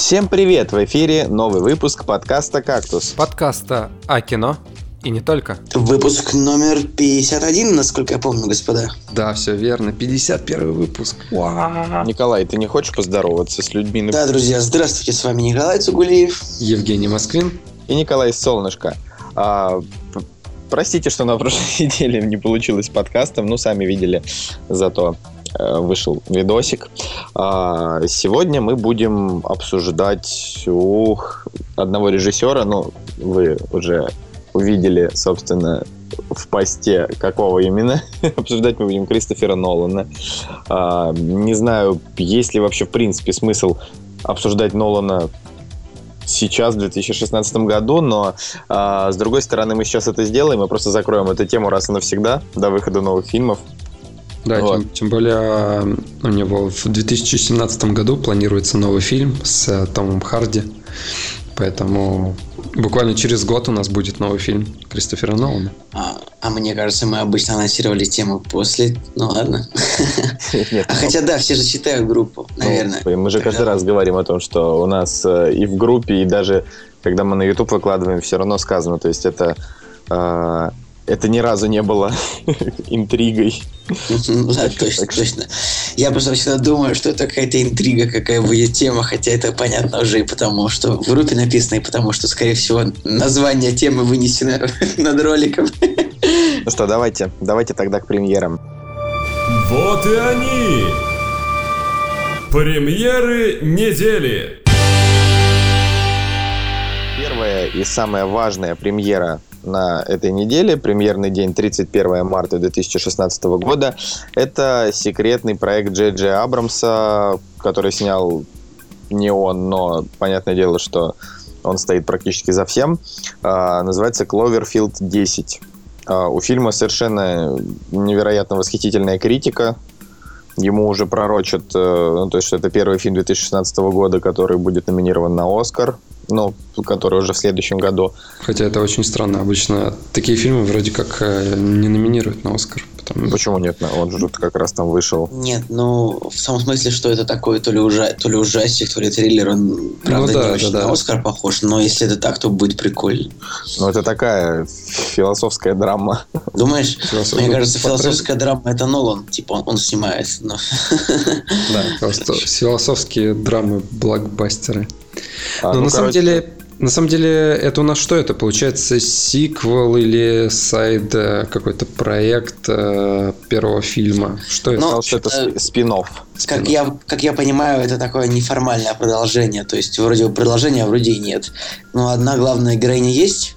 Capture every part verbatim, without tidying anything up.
Всем привет! В эфире новый выпуск подкаста «Кактус». Подкаста о кино и не только. Выпуск номер пятьдесят один, насколько я помню, господа. Да, все верно. пятьдесят первый выпуск. Вау. Николай, ты не хочешь поздороваться с людьми? Да, друзья, здравствуйте, с вами Николай Цугулиев. Евгений Москвин. И Николай Солнышко. А, простите, что на прошлой неделе не получилось подкастом. Ну, сами видели, зато вышел видосик. А, сегодня мы будем обсуждать ух, одного режиссера. Ну, вы уже увидели, собственно, в посте, какого именно. Обсуждать мы будем Кристофера Нолана. А, не знаю, есть ли вообще в принципе смысл обсуждать Нолана сейчас, в две тысячи шестнадцатом году, но а, с другой стороны мы сейчас это сделаем, мы просто закроем эту тему раз и навсегда до выхода новых фильмов. Да, вот. тем, тем более у него в две тысячи семнадцатом году планируется новый фильм с Томом Харди, поэтому буквально через год у нас будет новый фильм Кристофера Нолана. А, а мне кажется, мы обычно анонсировали тему после. Ну ладно. Нет, а хотя да, все же читают группу, наверное. Ну, мы же каждый раз говорим о том, что у нас и в группе, и даже когда мы на YouTube выкладываем, все равно сказано. То есть это, э, это ни разу не было интригой. Да, точно, точно. Я просто всегда думаю, что это какая-то интрига, какая будет тема, хотя это понятно уже и потому, что в группе написано, и потому, что, скорее всего, название темы вынесено над роликом. Ну что, давайте, давайте тогда к премьерам. Вот и они! Премьеры недели! Первая и самая важная премьера на этой неделе, премьерный день тридцать первого марта две тысячи шестнадцатого года, это секретный проект Джей Джей Абрамса, который снял не он, но понятное дело, что он стоит практически за всем. А, называется «Кловерфилд десять». А, у фильма совершенно невероятно восхитительная критика. Ему уже пророчат, ну, то есть, что это первый фильм две тысячи шестнадцатого года, который будет номинирован на «Оскар», ну, который уже в следующем году. Хотя это очень странно. Обычно такие фильмы вроде как не номинируют на «Оскар». Потому... Почему нет? Он же как раз там вышел. Нет, ну, в том смысле, что это такой то ли, ужа... то ли ужастик, то ли триллер. Он, правда, ну, да, не очень да, на да. «Оскар» похож. Но если это так, то будет прикольно. Ну, это такая философская драма. Думаешь? Философ... Мне кажется, философская драма — это Нолан. Типа, он, он снимает. Но... Да, просто философские драмы-блокбастеры. А, Но ну, на короче... самом деле... На самом деле, это у нас что это? Получается сиквел или сайд, какой-то проект э, первого фильма? Что это? Но, что это э, спин-офф. Как я, как я понимаю, это такое неформальное продолжение. То есть, вроде бы продолжения, а вроде и нет. Но одна главная героиня есть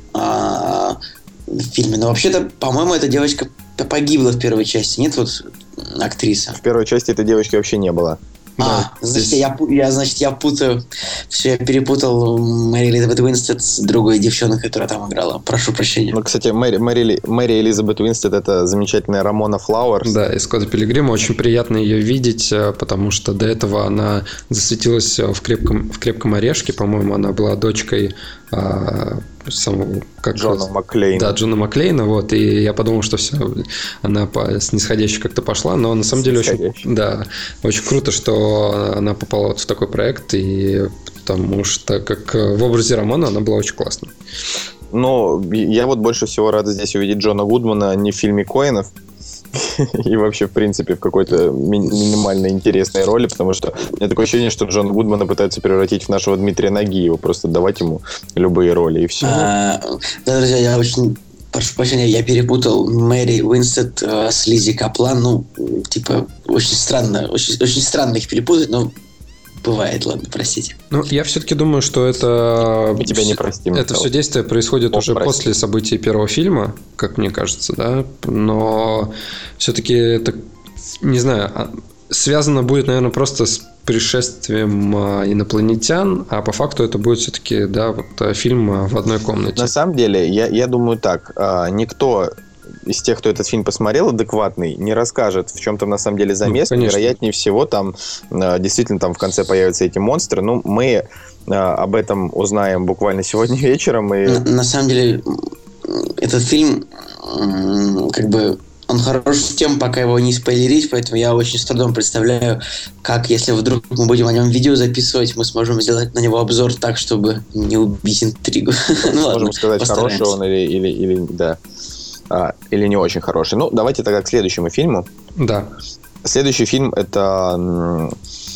а, в фильме. Но вообще-то, по-моему, эта девочка погибла в первой части. Нет, вот актриса. В первой части этой девочки вообще не было. А, да, значит, здесь... я, я, значит, я путаю. Все, я перепутал Мэри Элизабет Уинстед с другой девчонкой, которая там играла. Прошу прощения. Ну, кстати, Мэри, Мэри, Мэри Элизабет Уинстед — это замечательная Рамона Флауэрс. Да, из «Скотта Пилигрима». Очень приятно ее видеть, потому что до этого она засветилась в «Крепком, в крепком орешке». По-моему, она была дочкой а, самого... Как Джона раз... Маклейна. Да, Джона Маклейна. Вот, и я подумал, что все, она по снисходящей как-то пошла. Но на самом деле очень, да, очень круто, что она попала вот в такой проект, и потому что как в образе Рамона она была очень классной. Ну, я вот больше всего рад здесь увидеть Джона Гудмана не в фильме Коэнов и вообще, в принципе, в какой-то ми- минимально интересной роли, потому что у меня такое ощущение, что Джона Гудмана пытаются превратить в нашего Дмитрия Нагиева, просто давать ему любые роли и все. А, да, друзья, я очень... Прошу прощения, я перепутал Мэри Уинстед э, с Лиззи Каплан. Ну, типа, очень странно, очень, очень странно их перепутать, но бывает, ладно, простите. Ну, я все-таки думаю, что это... Мы тебя не простим. Это все действие происходит Бог уже прости. После событий первого фильма, как мне кажется, да, но все-таки это, не знаю, связано будет, наверное, просто с пришествием инопланетян, а по факту это будет все-таки, да, вот фильм в одной комнате. На самом деле, я, я думаю так, никто из тех, кто этот фильм посмотрел, адекватный, не расскажет, в чем там на самом деле замес. Ну, вероятнее всего, там действительно там в конце появятся эти монстры. Ну, мы об этом узнаем буквально сегодня вечером. И... На, на самом деле, этот фильм как бы он хорош тем, пока его не спойлерить, поэтому я очень с трудом представляю, как, если вдруг мы будем о нем видео записывать, мы сможем сделать на него обзор так, чтобы не убить интригу. Ну, ладно, можем сказать, хороший он или, или, или, да, а, или не очень хороший. Ну, давайте тогда к следующему фильму. Да. Следующий фильм – это м,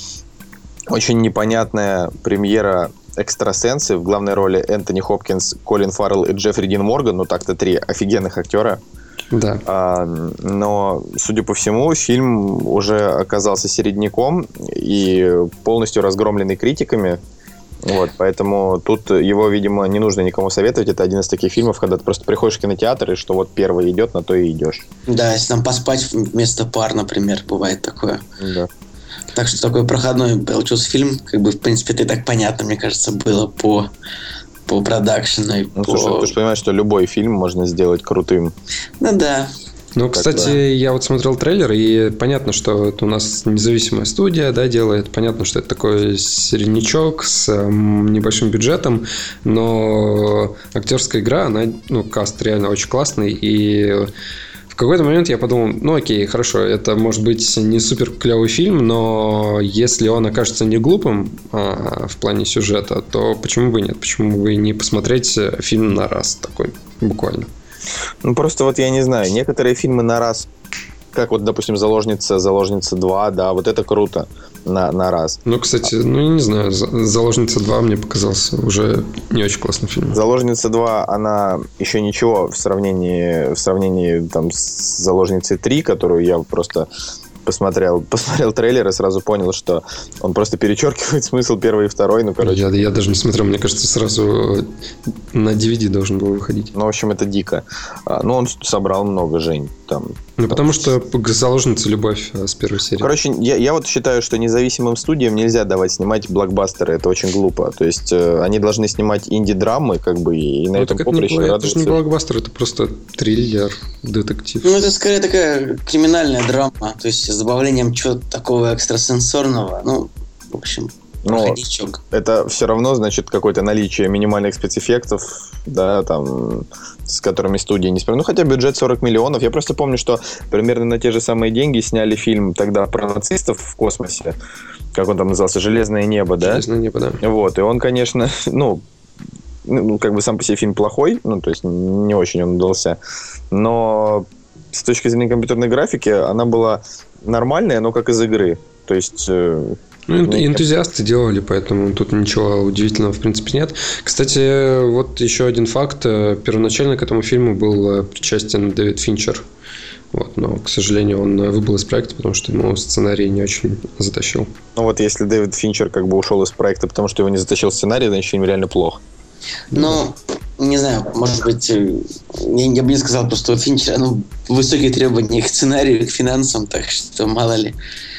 очень непонятная премьера «Экстрасенсы». В главной роли Энтони Хопкинс, Колин Фаррелл и Джеффри Дин Морган. Ну, так-то три офигенных актера. Да. А, но, судя по всему, фильм уже оказался середняком и полностью разгромленный критиками. Вот, поэтому тут его, видимо, не нужно никому советовать. Это один из таких фильмов, когда ты просто приходишь в кинотеатр, и что вот первый идет, на то и идешь. Да, если там поспать вместо пар, например, бывает такое. Да. Так что такой проходной получился фильм. Как бы, в принципе, это и так понятно, мне кажется, было по, по продакшену. Ну, по... слушай, ты же понимаешь, что любой фильм можно сделать крутым. Ну да. Ну, кстати, да. я вот смотрел трейлер, и понятно, что это у нас независимая студия, да, делает. Понятно, что это такой середнячок с м, небольшим бюджетом, но актерская игра, она, ну, каст реально очень классный, и в какой-то момент я подумал, ну, окей, хорошо, это может быть не супер клевый фильм, но если он окажется не глупым а, в плане сюжета, то почему бы нет? Почему бы не посмотреть фильм на раз такой, буквально? Ну, просто вот я не знаю, некоторые фильмы на раз, как вот, допустим, «Заложница», «Заложница два», да, вот это круто на, на раз. Ну, кстати, ну, я не знаю, «Заложница два» мне показался уже не очень классным фильмом. «Заложница два», она еще ничего в сравнении, в сравнении там, с «Заложницей три», которую я просто... Посмотрел, посмотрел трейлер и сразу понял, что он просто перечеркивает смысл первый и второй. Ну, короче. Я, я даже не смотрел, мне кажется, сразу на ди ви ди должен был выходить. Ну, в общем, это дико. Ну, он собрал много, Жень. Там, ну, потому что заложница любовь с первой серии. Короче, я, я вот считаю, что независимым студиям нельзя давать снимать блокбастеры. Это очень глупо. То есть, э, они должны снимать инди-драмы, как бы, и на ну, этом это поприще не, радоваться. Это же не блокбастер, это просто триллер, детектив. Ну, это скорее такая криминальная драма. То есть, с добавлением чего-то такого экстрасенсорного. Ну, в общем... Но это все равно, значит, какое-то наличие минимальных спецэффектов, да, там, с которыми студии не справились. Ну, хотя бюджет сорок миллионов. Я просто помню, что примерно на те же самые деньги сняли фильм тогда про нацистов в космосе. Как он там назывался? «Железное небо», да? «Железное небо», да. Вот, и он, конечно, ну, ну, как бы сам по себе фильм плохой, ну, то есть не очень он удался. Но с точки зрения компьютерной графики она была нормальная, но как из игры. То есть... Ну, энтузиасты делали, поэтому тут ничего удивительного в принципе нет. Кстати, вот еще один факт. Первоначально к этому фильму был причастен Дэвид Финчер. Вот, но, к сожалению, он выбыл из проекта, потому что ему сценарий не очень затащил. Ну вот если Дэвид Финчер как бы ушел из проекта, потому что его не затащил сценарий, значит фильм реально плох. Ну, не знаю, может быть, я, я бы не сказал, просто у Финчера ну, высокие требования к сценарию, к финансам, так что мало ли.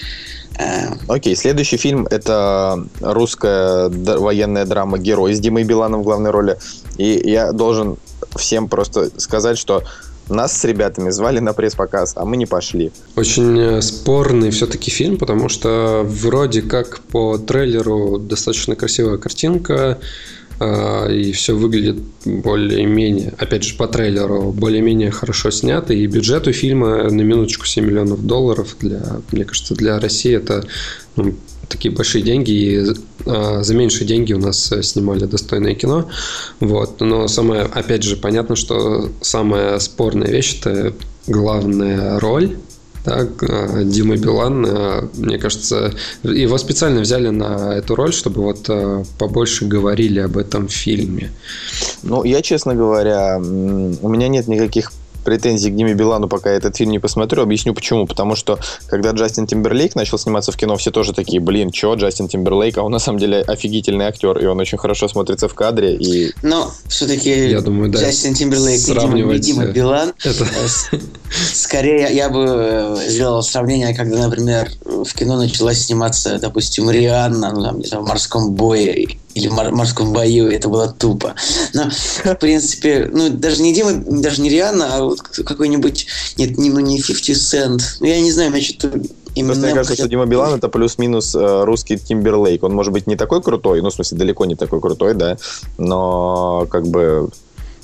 Окей, okay, следующий фильм — это русская военная драма «Герой» с Димой Биланом в главной роли. И я должен всем просто сказать, что нас с ребятами звали на пресс-показ, а мы не пошли. Очень спорный все-таки фильм, потому что вроде как по трейлеру достаточно красивая картинка, и все выглядит более-менее, опять же, по трейлеру, более-менее хорошо снято. И бюджет у фильма на минуточку семь миллионов долларов. Для, мне кажется, для России это ну, такие большие деньги. И а, за меньшие деньги у нас снимали достойное кино. Вот. Но самое, опять же, понятно, что самая спорная вещь – это главная роль. Так, Дима Билан, мне кажется, его специально взяли на эту роль, чтобы вот побольше говорили об этом фильме. Ну, я, честно говоря, у меня нет никаких претензий к Диме Билану, пока я этот фильм не посмотрю. Объясню почему. Потому что, когда Джастин Тимберлейк начал сниматься в кино, все тоже такие, блин, чё, Джастин Тимберлейк? А он на самом деле офигительный актер, и он очень хорошо смотрится в кадре. И... Но все-таки я думаю, да, Джастин Тимберлейк и Дима Билан. Это... Скорее, я бы сделал сравнение, когда, например, в кино началась сниматься, допустим, Рианна, ну, там, не знаю, в «Морском бое» или в «Морском бою», это было тупо. Но, в принципе, ну, даже не Дима, даже не Рианна, а вот какой-нибудь, нет, не, ну, не фифти Cent. Ну, я не знаю, мне что-то... Просто мне кажется, хотят... что Дима Билан — это плюс-минус э, русский Тимберлейк. Он может быть не такой крутой, ну, в смысле, далеко не такой крутой, да, но как бы...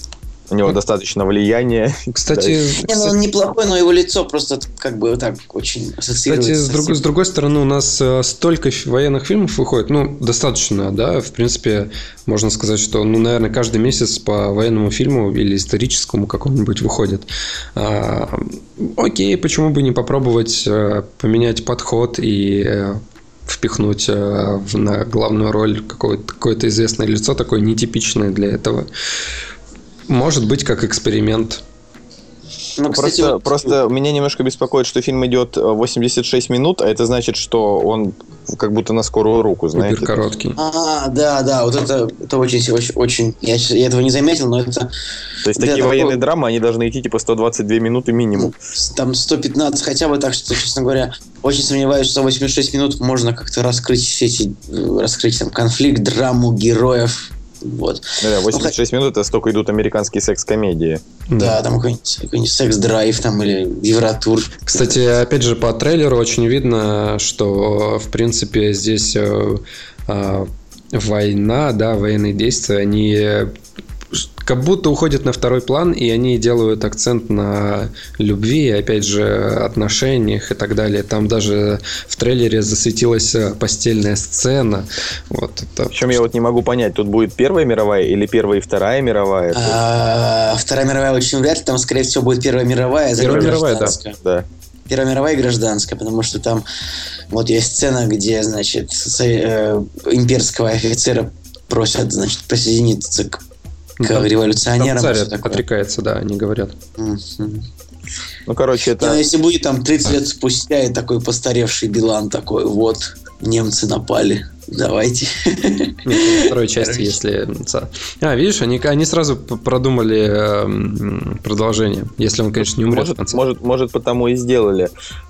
У него достаточно влияния. Кстати, Не, ну он неплохой, но его лицо просто как бы так очень ассоциируется. Кстати, с другой, с другой стороны, у нас э, столько фи- военных фильмов выходит, ну, достаточно, да, в принципе, можно сказать, что, ну, наверное, каждый месяц по военному фильму или историческому какому-нибудь выходит. А, окей, почему бы не попробовать э, поменять подход и э, впихнуть э, в, на главную роль какое-то, какое-то известное лицо, такое нетипичное для этого. Может быть, как эксперимент. Ну, кстати, Просто, вот- просто меня немножко беспокоит, что фильм идет восемьдесят шесть минут, а это значит, что он как будто на скорую руку, знаете. Супер короткий. А, да, да, вот это, это очень, очень, очень... Я, щас- я этого не заметил, но это... То есть Да, такие такой- военные драмы, они должны идти типа сто двадцать две минуты минимум. Там сто пятнадцать хотя бы, так что, честно говоря, очень сомневаюсь, что за восемьдесят шесть минут можно как-то раскрыть все эти... э, Раскрыть там конфликт, драму, героев. Вот. Ну да, восемьдесят шесть минут это столько идут американские секс-комедии. Да, там какой-нибудь, какой-нибудь секс-драйв там или Евротур. Кстати, опять же, по трейлеру очень видно, что, в принципе, здесь э, э, война, да, военные действия, они э, как будто уходят на второй план, и они делают акцент на любви, опять же, отношениях и так далее. Там даже в трейлере засветилась э, постельная сцена. Вот это. Причем я вот не могу понять, тут будет Первая мировая или Первая и Вторая мировая? А, Вторая мировая очень вряд ли, там, скорее всего, будет Первая мировая, а затем Первая мировая, да. гражданская. Да. Первая мировая и гражданская, потому что там вот есть сцена, где, значит, со- э, имперского офицера просят, значит, присоединиться к, к Там- революционерам. Там и всё царь такое. отрекается, да, они говорят. Мгм. Ну, короче, Не, ну, это... если будет там тридцать лет спустя и такой постаревший Билан такой, вот, немцы напали, давайте. Нет, во второй части, Короче. если... ца- А, видишь, они, они сразу п- продумали эм, продолжение. Если он, конечно, не умрет в Может, конце. может, может, потому и сделали,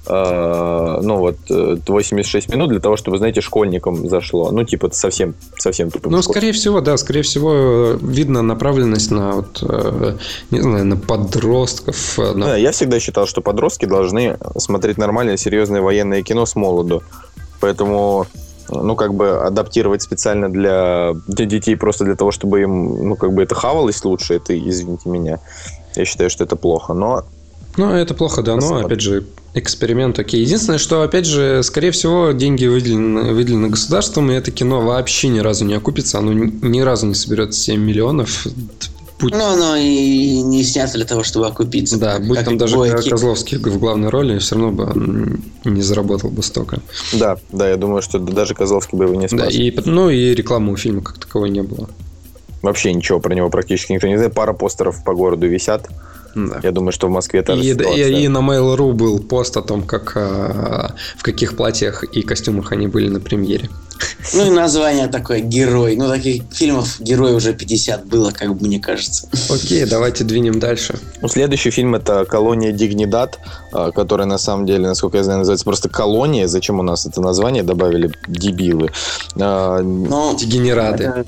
э, ну вот, э, восемьдесят шесть минут для того, чтобы, знаете, школьникам зашло. Ну, типа, совсем, совсем тупым. Ну, школьникам. скорее всего, да, скорее всего, видно направленность на вот, э, не знаю, на подростков. э, на- Да, я всегда считал, что подростки должны смотреть нормальное, серьезное военное кино с молоду. Поэтому, ну, как бы адаптировать специально для, для детей просто для того, чтобы им, ну, как бы это хавалось лучше, это, извините меня. Я считаю, что это плохо, но... Ну, это плохо, да, но, Посмотрим. опять же, эксперимент окей. Единственное, что, опять же, скорее всего, деньги выделены, выделены государством, и это кино вообще ни разу не окупится, оно ни, ни разу не соберет семь миллионов. Будь, Ну, оно и не снято для того, чтобы окупиться. да, будь Как там и даже любое кино. Козловский в главной роли, все равно бы он не заработал бы столько. Да, да, я думаю, что даже Козловский бы его не спас. Да, и, ну, и рекламы у фильма как таковой не было. Вообще ничего про него практически никто не знает. Пара постеров по городу висят. Да. Я думаю, что в Москве та же И, ситуация. и, и на Mail.ru был пост о том, как а, в каких платьях и костюмах они были на премьере. Ну и название такое «Герой». Ну, таких фильмов «Герой» уже пятьдесят было, как бы мне кажется. Окей, давайте двинем дальше. Ну, следующий фильм это «Колония Дигнидад», э, которая на самом деле, насколько я знаю, называется просто «Колония». Зачем у нас это название добавили? Дебилы. Э, Но... Дегенераты. это-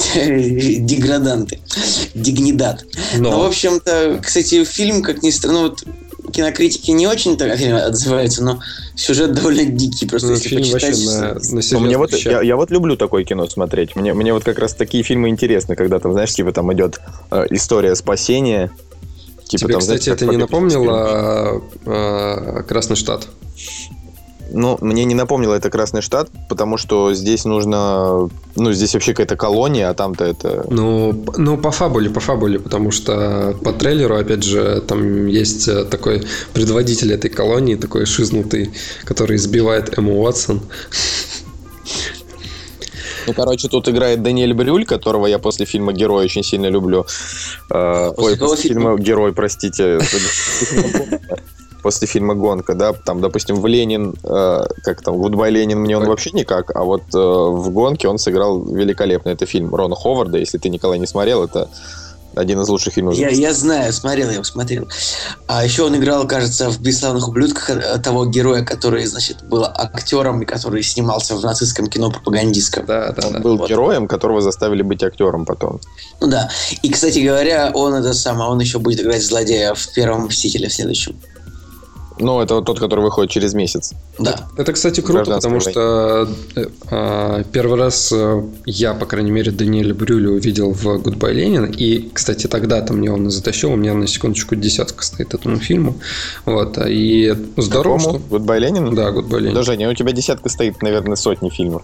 Деграданты. Дигнидад. Но. Ну, в общем-то, кстати, фильм, как ни странно, ну, вот кинокритики не очень так о фильме отзываются, но сюжет довольно дикий. Просто Ну, если фильм почитать... вообще на, на ну, мне серьезных вот, щах. я, я вот люблю такое кино смотреть. Мне, мне вот как раз такие фильмы интересны, когда там, знаешь, типа там идет э, история спасения. Типа, Тебе, там, кстати, знаете, это как не по Капитанскому. напомнило а, а, Красный Штат? Ну, мне не напомнило это Красный Штат, потому что здесь нужно... Ну, здесь вообще какая-то колония, а там-то это... Ну, п- ну, по фабуле, по фабуле, потому что по трейлеру, опять же, там есть э, такой предводитель этой колонии, такой шизнутый, который избивает Эмму Уотсон. Ну, короче, тут играет Даниэль Брюль, которого я после фильма «Герой» очень сильно люблю. Э, После Ой, какого после фильма? фильма «Герой», простите. После фильма «Гонка», да, там, допустим, в «Ленин», э, как там, «Гудбай, Ленин» мне он Ой. вообще никак, а вот э, в «Гонке» он сыграл великолепно. Это фильм Рона Ховарда, если ты, Николай, не смотрел, это один из лучших фильмов. Я, я знаю, смотрел, я его смотрел. А еще он играл, кажется, в «Бесславных ублюдках» э, того героя, который, значит, был актером и который снимался в нацистском кино пропагандистском. Да, да, Он да. был Вот. героем, которого заставили быть актером потом. Ну да. И, кстати говоря, он это самое, он еще будет играть злодея в первом «Мстителе» в следующем. Ну, это вот тот, который выходит через месяц. Да. Это, кстати, круто, потому что э, э, первый раз э, я, по крайней мере, Даниэля Брюля увидел в «Гудбай, Ленин». И, кстати, тогда-то мне он и затащил. У меня на секундочку десятка стоит этому фильму. Вот. И здорово, что... «Гудбай, Ленин»? Да, «Гудбай, Ленин». Да, Женя, у тебя десятка стоит, наверное, сотни фильмов.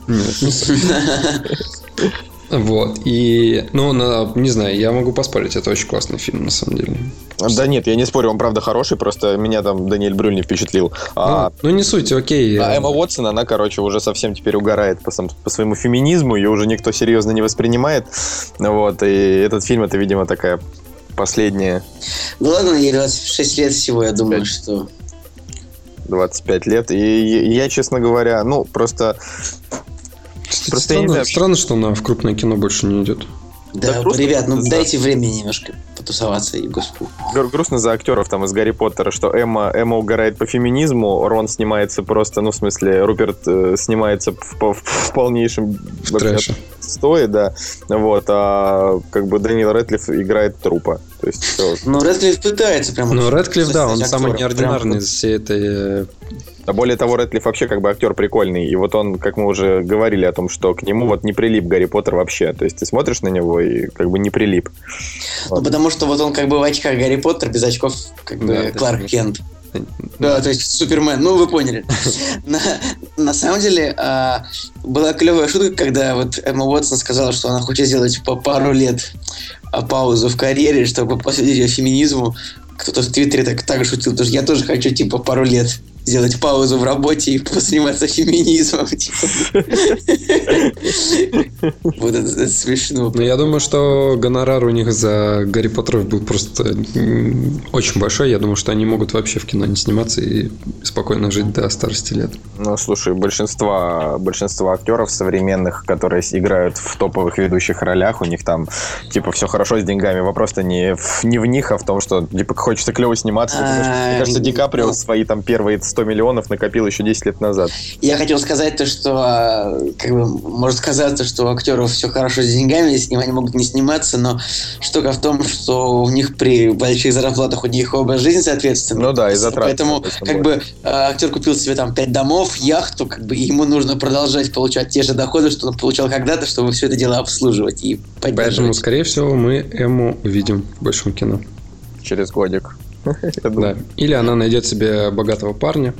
Вот. И, ну, на, не знаю, я могу поспорить, это очень классный фильм, на самом деле. Да нет, я не спорю, он правда хороший, просто меня там Даниэль Брюль не впечатлил. Ну, а, ну не суть, окей. А Эмма Уотсон, она, короче, уже совсем теперь угорает по, сам, по своему феминизму, ее уже никто серьезно не воспринимает. Вот, и этот фильм, это, видимо, такая последняя... Ну ладно, ей двадцать шесть лет всего, я думаю, что... двадцать пять лет, и я, честно говоря, ну, просто... Кстати, просто странно, знаю, странно, что она в крупное кино больше не идет. Да, да просто, ребят, ну дайте времени немножко потусоваться, и господи. Грустно за актеров там из Гарри Поттера, что Эмма, Эмма угорает по феминизму, Рон снимается просто, ну, в смысле, Руперт э, снимается в, в, в полнейшем в трэше. Стоит, да. Вот, а как бы Дэниел Рэдклифф играет трупа. То есть, все... Ну, Рэдклифф пытается прям... Ну, Рэдклифф, да, он самый неординарный из всей этой... А более того, Рэдклифф вообще как бы актер прикольный. И вот он, как мы уже говорили о том, что к нему вот не прилип Гарри Поттер вообще. То есть ты смотришь на него и как бы не прилип. Ну, вот. Потому что вот он как бы в очках Гарри Поттер, без очков как бы да, Кларк да, Кент. Да, то есть Супермен. Ну, вы поняли. на, на самом деле, а, была клевая шутка, когда вот Эмма Уотсон сказала, что она хочет сделать по пару лет а, паузу в карьере, чтобы посвятить ее феминизму. Кто-то в Твиттере так, так шутил, потому что я тоже хочу, типа, пару лет сделать паузу в работе и позаниматься феминизмом. Вот это смешно. Ну, я думаю, что гонорар у них за Гарри Поттеров был просто очень большой. Я думаю, что они могут вообще в кино не сниматься и спокойно жить до старости лет. Ну, слушай, большинство, большинство актеров современных, которые играют в топовых ведущих ролях, у них там, типа, все хорошо с деньгами. Вопрос-то не в, не в них, а в том, что, типа, хочется клево сниматься. Мне кажется, Ди Каприо свои там первые сто миллионов накопил еще десять лет назад. Я хотел сказать то, что как бы, может казаться, что у актеров все хорошо с деньгами, если они могут не сниматься, но штука в том, что у них при больших зарплатах у них образ жизни соответственно. Ну да, и затраты. Поэтому как бы актер купил себе там пять домов, яхту, как бы ему нужно продолжать получать те же доходы, что он получал когда-то, чтобы все это дело обслуживать и поддерживать. Поэтому, скорее всего, мы Эмму увидим в большом кино. Через годик. Да. Или она найдет себе богатого парня.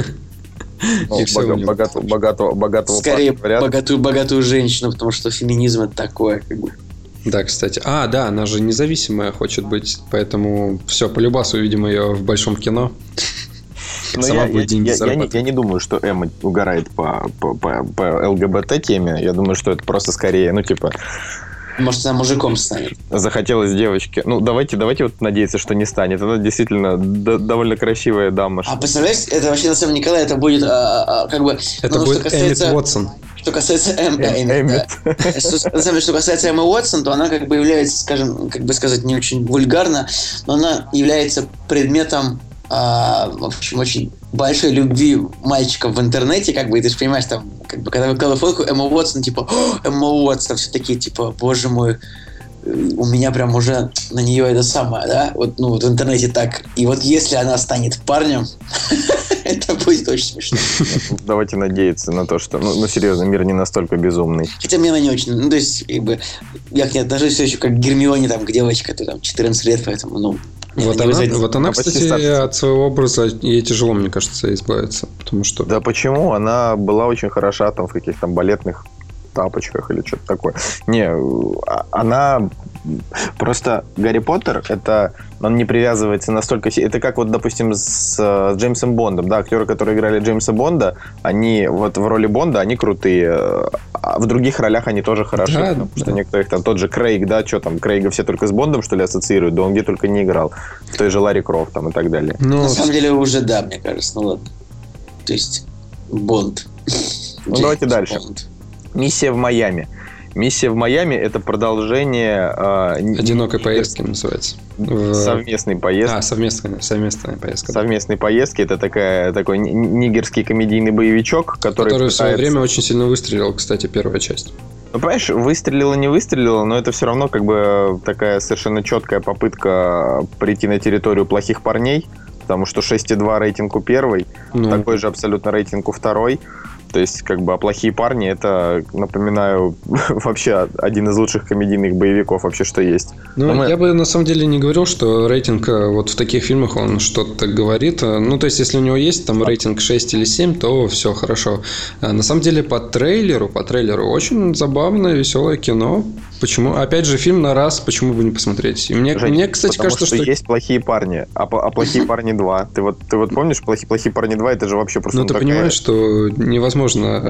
Ну, бога, богатого, богатого, богатого Скорее, парня, богатую, богатую женщину, потому что феминизм это такое, как бы. Да, кстати. А, да, она же независимая хочет быть, поэтому все, по любасу увидим ее в большом кино. Сама я, будет деньги я, я, не, я не думаю, что Эмма угорает по, по, по, по ЛГБТ теме. Я думаю, что это просто скорее, ну, типа... Может, она мужиком станет. Захотелось девочке. Ну, давайте, давайте вот надеяться, что не станет. Она действительно д- довольно красивая дама. А представляешь, это вообще на самом деле Николай, это будет а, а, как бы... Это ну, будет касается, Эммет Уотсон. Что касается Эм, Эм, Эммет, да. что, на самом деле, что касается Эммы Уотсон, то она как бы является, скажем, как бы сказать, не очень вульгарно, но она является предметом а, в общем, очень большой любви мальчиков в интернете, как бы, и ты же понимаешь, там, как бы, когда выкладываю фотку, Эмма Уотсон, типа, Эмма Уотсон, все такие, типа, боже мой, у меня прям уже на нее это самое, да, вот, ну, вот в интернете так, и вот если она станет парнем, это будет очень смешно. Давайте надеяться на то, что, ну, ну, серьезно, мир не настолько безумный. Хотя мне она не очень, ну, то есть, как бы, я к ней отношусь все еще как к Гермионе, там, к девочке, то там, четырнадцать лет, поэтому, ну, Вот она, вот она, кстати, от своего образа ей тяжело, мне кажется, избавиться, потому что... Да почему? Она была очень хороша там в каких-то балетных тапочках или что-то такое. Не, она... Просто Гарри Поттер, это... Он не привязывается настолько... Это как вот, допустим, с Джеймсом Бондом, да, актеры, которые играли Джеймса Бонда, они вот в роли Бонда, они крутые, а в других ролях они тоже хороши, да, потому да. что некоторых там, тот же Крейг, да, что там, Крейга все только с Бондом, что ли, ассоциируют, да он где только не играл, в той же Ларри Крофт там и так далее. Ну, на самом деле уже да, мне кажется, ну ладно. То есть Бонд. Ну, давайте дальше. Бонд. Миссия в Майами. Миссия в Майами — это продолжение... Э, Одинокой поездки называется. Совместной поездки. А, совместная, совместная поездка. Совместной поездки. Это такая, такой нигерский комедийный боевичок, который... Который пытается... в свое время очень сильно выстрелил, кстати, первая часть. Ну, понимаешь, выстрелила, не выстрелила, но это все равно как бы такая совершенно четкая попытка прийти на территорию плохих парней. потому что шесть и два рейтинг у первой, ну. такой же абсолютно рейтинг у второй. То есть, как бы, а «Плохие парни» — это, напоминаю, вообще один из лучших комедийных боевиков вообще, что есть. Ну, мы... я бы, на самом деле, не говорил, что рейтинг вот в таких фильмах, он что-то говорит. Ну, то есть, если у него есть там рейтинг шесть или семь, то все хорошо. А на самом деле, по трейлеру, по трейлеру очень забавное, веселое кино. Почему? Опять же, фильм на раз, почему бы не посмотреть? И мне, Жень, мне кстати, потому кажется, что... что... есть «Плохие парни», а, а «Плохие парни два». Ты вот, ты вот помнишь, «Плохие, плохие парни два» — это же вообще просто... Ну, ты такая... понимаешь, что невозможно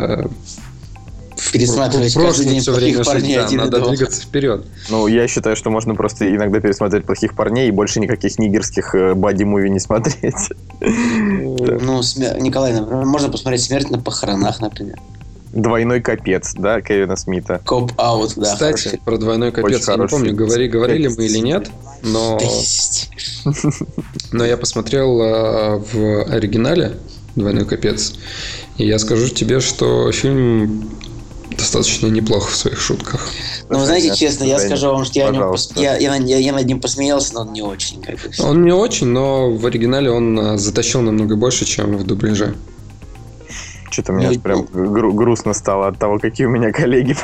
пересматривать в каждый день все время парней, да, надо двигаться вперед. Ну, я считаю, что можно просто иногда пересмотреть «Плохих парней» и больше никаких нигерских бади-муви не смотреть. Ну, Николай, например, можно посмотреть «Смерть на похоронах», например. «Двойной капец», да, Кевина Смита. «Коп-аут», да. Кстати, хороший. Про «Двойной капец» я не помню, говори, говорили мы или нет, но... но я посмотрел в оригинале «Двойной капец», и я скажу тебе, что фильм достаточно неплох в своих шутках. Ну, вы знаете, честно, я скажу вам, что я, пос... я, я, я, я над ним посмеялся, но он не очень. Как бы. Он не очень, но в оригинале он затащил намного больше, чем в дубляже. Что-то мне ну, прям гру- грустно стало от того, какие у меня коллеги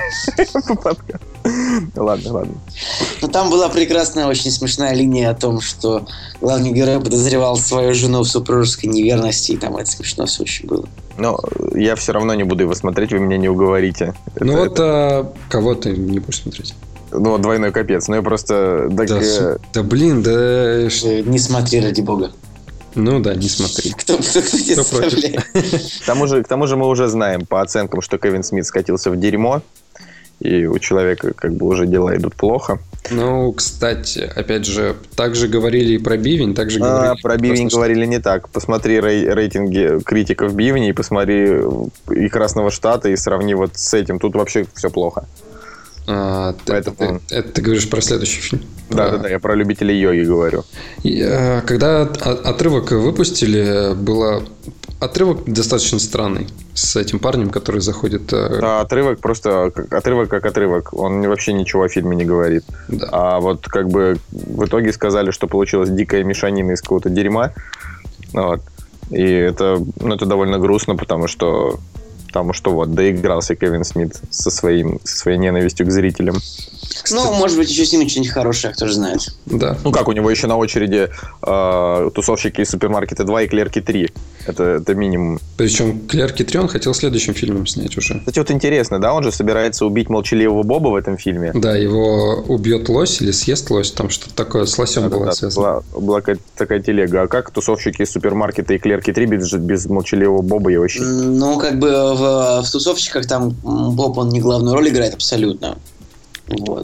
по подкасту. Ладно, ладно. Ну, там была прекрасная, очень смешная линия о том, что главный герой подозревал свою жену в супружеской неверности, и там это смешно все очень было. Но я все равно не буду его смотреть, вы меня не уговорите. Ну это, вот это... А, кого ты не будешь смотреть? Ну вот «Двойной капец». Ну я просто... Да, так, э... да блин, да... Не смотри, ради бога. Ну да, не смотри. Кто, кто, кто тебя против? К тому же, к тому же мы уже знаем по оценкам, что Кевин Смит скатился в дерьмо, и у человека как бы уже дела идут плохо. Ну, кстати, опять же, так же говорили и про «Бивень», так же говорили... А, про «Бивень» говорили не так. Посмотри рей- рейтинги критиков «Бивни», и посмотри и «Красного штата», и сравни вот с этим. Тут вообще все плохо. А, Поэтому... это, это, это ты говоришь про следующий фильм? Да, да, да, я про любителей йоги говорю. И, а, когда отрывок выпустили, было... Отрывок достаточно странный с этим парнем, который заходит... Да, отрывок просто... Отрывок как отрывок. Он вообще ничего о фильме не говорит. Да. А вот как бы в итоге сказали, что получилась дикая мешанина из какого-то дерьма. Вот. И это, ну, это довольно грустно, потому что... Потому что вот доигрался Кевин Смит со, своим, со своей ненавистью к зрителям. Ну, может быть, еще снимет что-нибудь хорошее, кто же знает. Да. Ну как, у него еще на очереди э, «Тусовщики из супермаркета два» и «Клерки три». Это, это минимум. Причем «Клерки три» он хотел следующим фильмом снять уже. Кстати, вот интересно, да, он же собирается убить молчаливого Боба в этом фильме. Да, его убьет лось или съест лось, там что-то такое с лосем да, было да, связано. Была, была такая телега. А как «Тусовщики из супермаркета» и «Клерки три» без, без молчаливого Боба я вообще... Ну, как бы в, в «Тусовщиках» там Боб, он не главную роль играет абсолютно. Вот.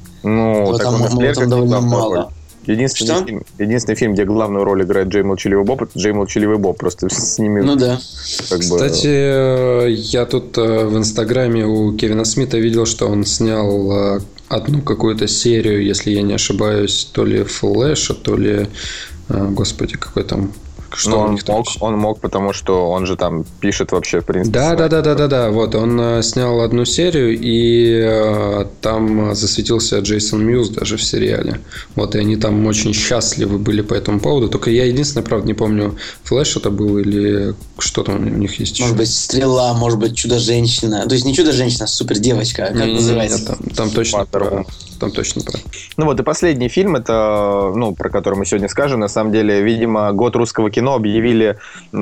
Ну, вот так там, он в «Клерках» довольно мало. Роль. Единственный фильм, единственный фильм, где главную роль играет Джей Молчаливый Боб, это Джей Молчаливый Боб. Просто с ними... Ну да. Как Кстати, бы... я тут в Инстаграме у Кевина Смита видел, что он снял одну какую-то серию, если я не ошибаюсь, то ли Флэша, то ли... Господи, какой там... Что он, мог, он мог, потому что он же там пишет вообще, в принципе. Да, да, да, да, да, да. Вот он э, снял одну серию, и э, там засветился Джейсон Мьюз даже в сериале. Вот, и они там очень счастливы были по этому поводу. Только я единственное, правда, не помню, Флэш это был или что там у них есть еще. Может быть, Стрела, может быть, Чудо-женщина. То есть не Чудо-женщина, а супер-девочка. Как не, называется? Не, не, там, там точно про... Там точно про. Ну вот, и последний фильм, это, ну, про который мы сегодня скажем, на самом деле, видимо, год русского кино объявили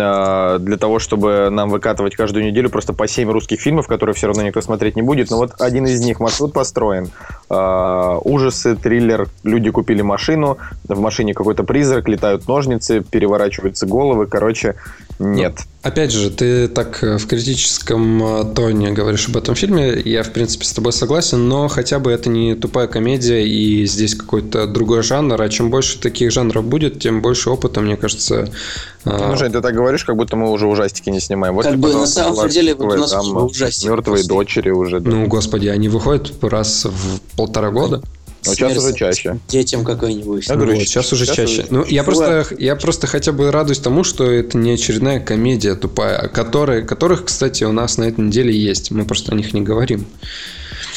э, для того, чтобы нам выкатывать каждую неделю просто по семь русских фильмов, которые все равно никто смотреть не будет. Но вот один из них «Маршрут построен». Э, ужасы, триллер, люди купили машину, в машине какой-то призрак, летают ножницы, переворачиваются головы, короче, нет. Ну, опять же, ты так в критическом тоне говоришь об этом фильме, я, в принципе, с тобой согласен, но хотя бы это не тупая комедия, и здесь какой-то другой жанр, а чем больше таких жанров будет, тем больше опыта, мне кажется... Ну, Жень, ты так говоришь, как будто мы уже ужастики не снимаем. Вот как бы на самом деле вот у нас там, ужастики. «Мертвые дочери» уже. Да. Ну, господи, они выходят раз в полтора года. Ну, сейчас уже чаще. Детям какой-нибудь. Я говорю, вот, сейчас уже сейчас чаще. Уже... Ну, я просто, я просто хотя бы радуюсь тому, что это не очередная комедия тупая, которая, которых, кстати, у нас на этой неделе есть. Мы просто о них не говорим.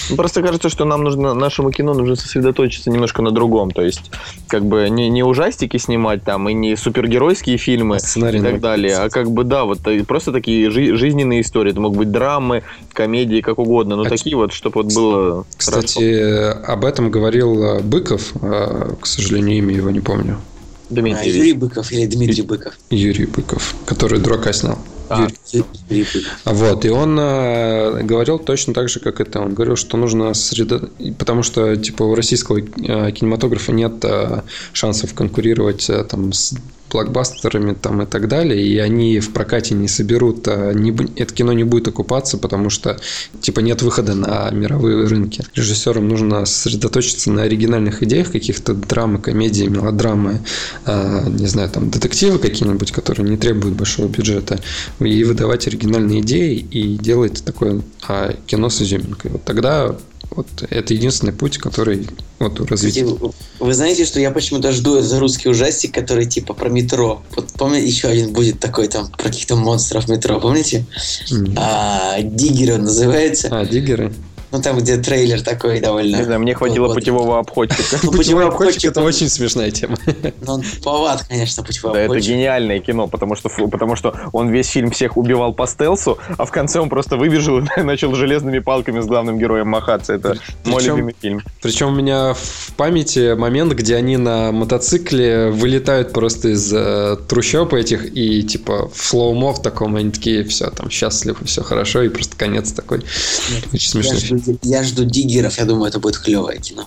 Ну, просто кажется, что нам нужно, нашему кино нужно сосредоточиться немножко на другом. То есть, как бы не, не ужастики снимать там, и не супергеройские фильмы Сценарий и так далее, а как бы, да, вот просто такие жи- жизненные истории. Это могут быть драмы, комедии, как угодно. Но а такие вот, чтобы вот было Кстати, хорошо. Об этом говорил Быков, к сожалению, имя его не помню. Дмитрий. А, Юрий Быков или Дмитрий Быков? Юрий Быков, который «Дурака» снял. А, Юрий. Вот, и он э, говорил точно так же, как это. Он говорил, что нужно среда... Потому что, типа, у российского э, кинематографа нет э, шансов конкурировать э, там с блокбастерами там, и так далее, и они в прокате не соберут, не, это кино не будет окупаться, потому что типа нет выхода на мировые рынки. Режиссерам нужно сосредоточиться на оригинальных идеях, каких-то драмы, комедии, мелодрамы, э, не знаю, там детективы какие-нибудь, которые не требуют большого бюджета, и выдавать оригинальные идеи и делать такое а, кино с изюминкой. Вот тогда вот это единственный путь, который вот у развития. Вы знаете, что я почему-то жду этот русский ужастик, который типа про метро. Вот помните, еще один будет такой там про каких-то монстров метро, помните? Mm-hmm. А, Диггеры он называется. А, Диггеры. Ну, там, где трейлер такой довольно... Не знаю, мне хватило вот, путевого обходчика. Ну, путевой обходчик – это очень смешная тема. Ну, он туповат, конечно, путевой да, обходчик. Это гениальное кино, потому что, потому что он весь фильм всех убивал по стелсу, а в конце он просто выбежал и начал железными палками с главным героем махаться. Это причем, мой любимый фильм. Причем у меня в памяти момент, где они на мотоцикле вылетают просто из э, трущоб этих и типа в слоумо в таком, они такие, все, там, счастливы, все хорошо, и просто конец такой. Нет, очень смешной фильм. Я жду Диггеров, я думаю, это будет клевое кино.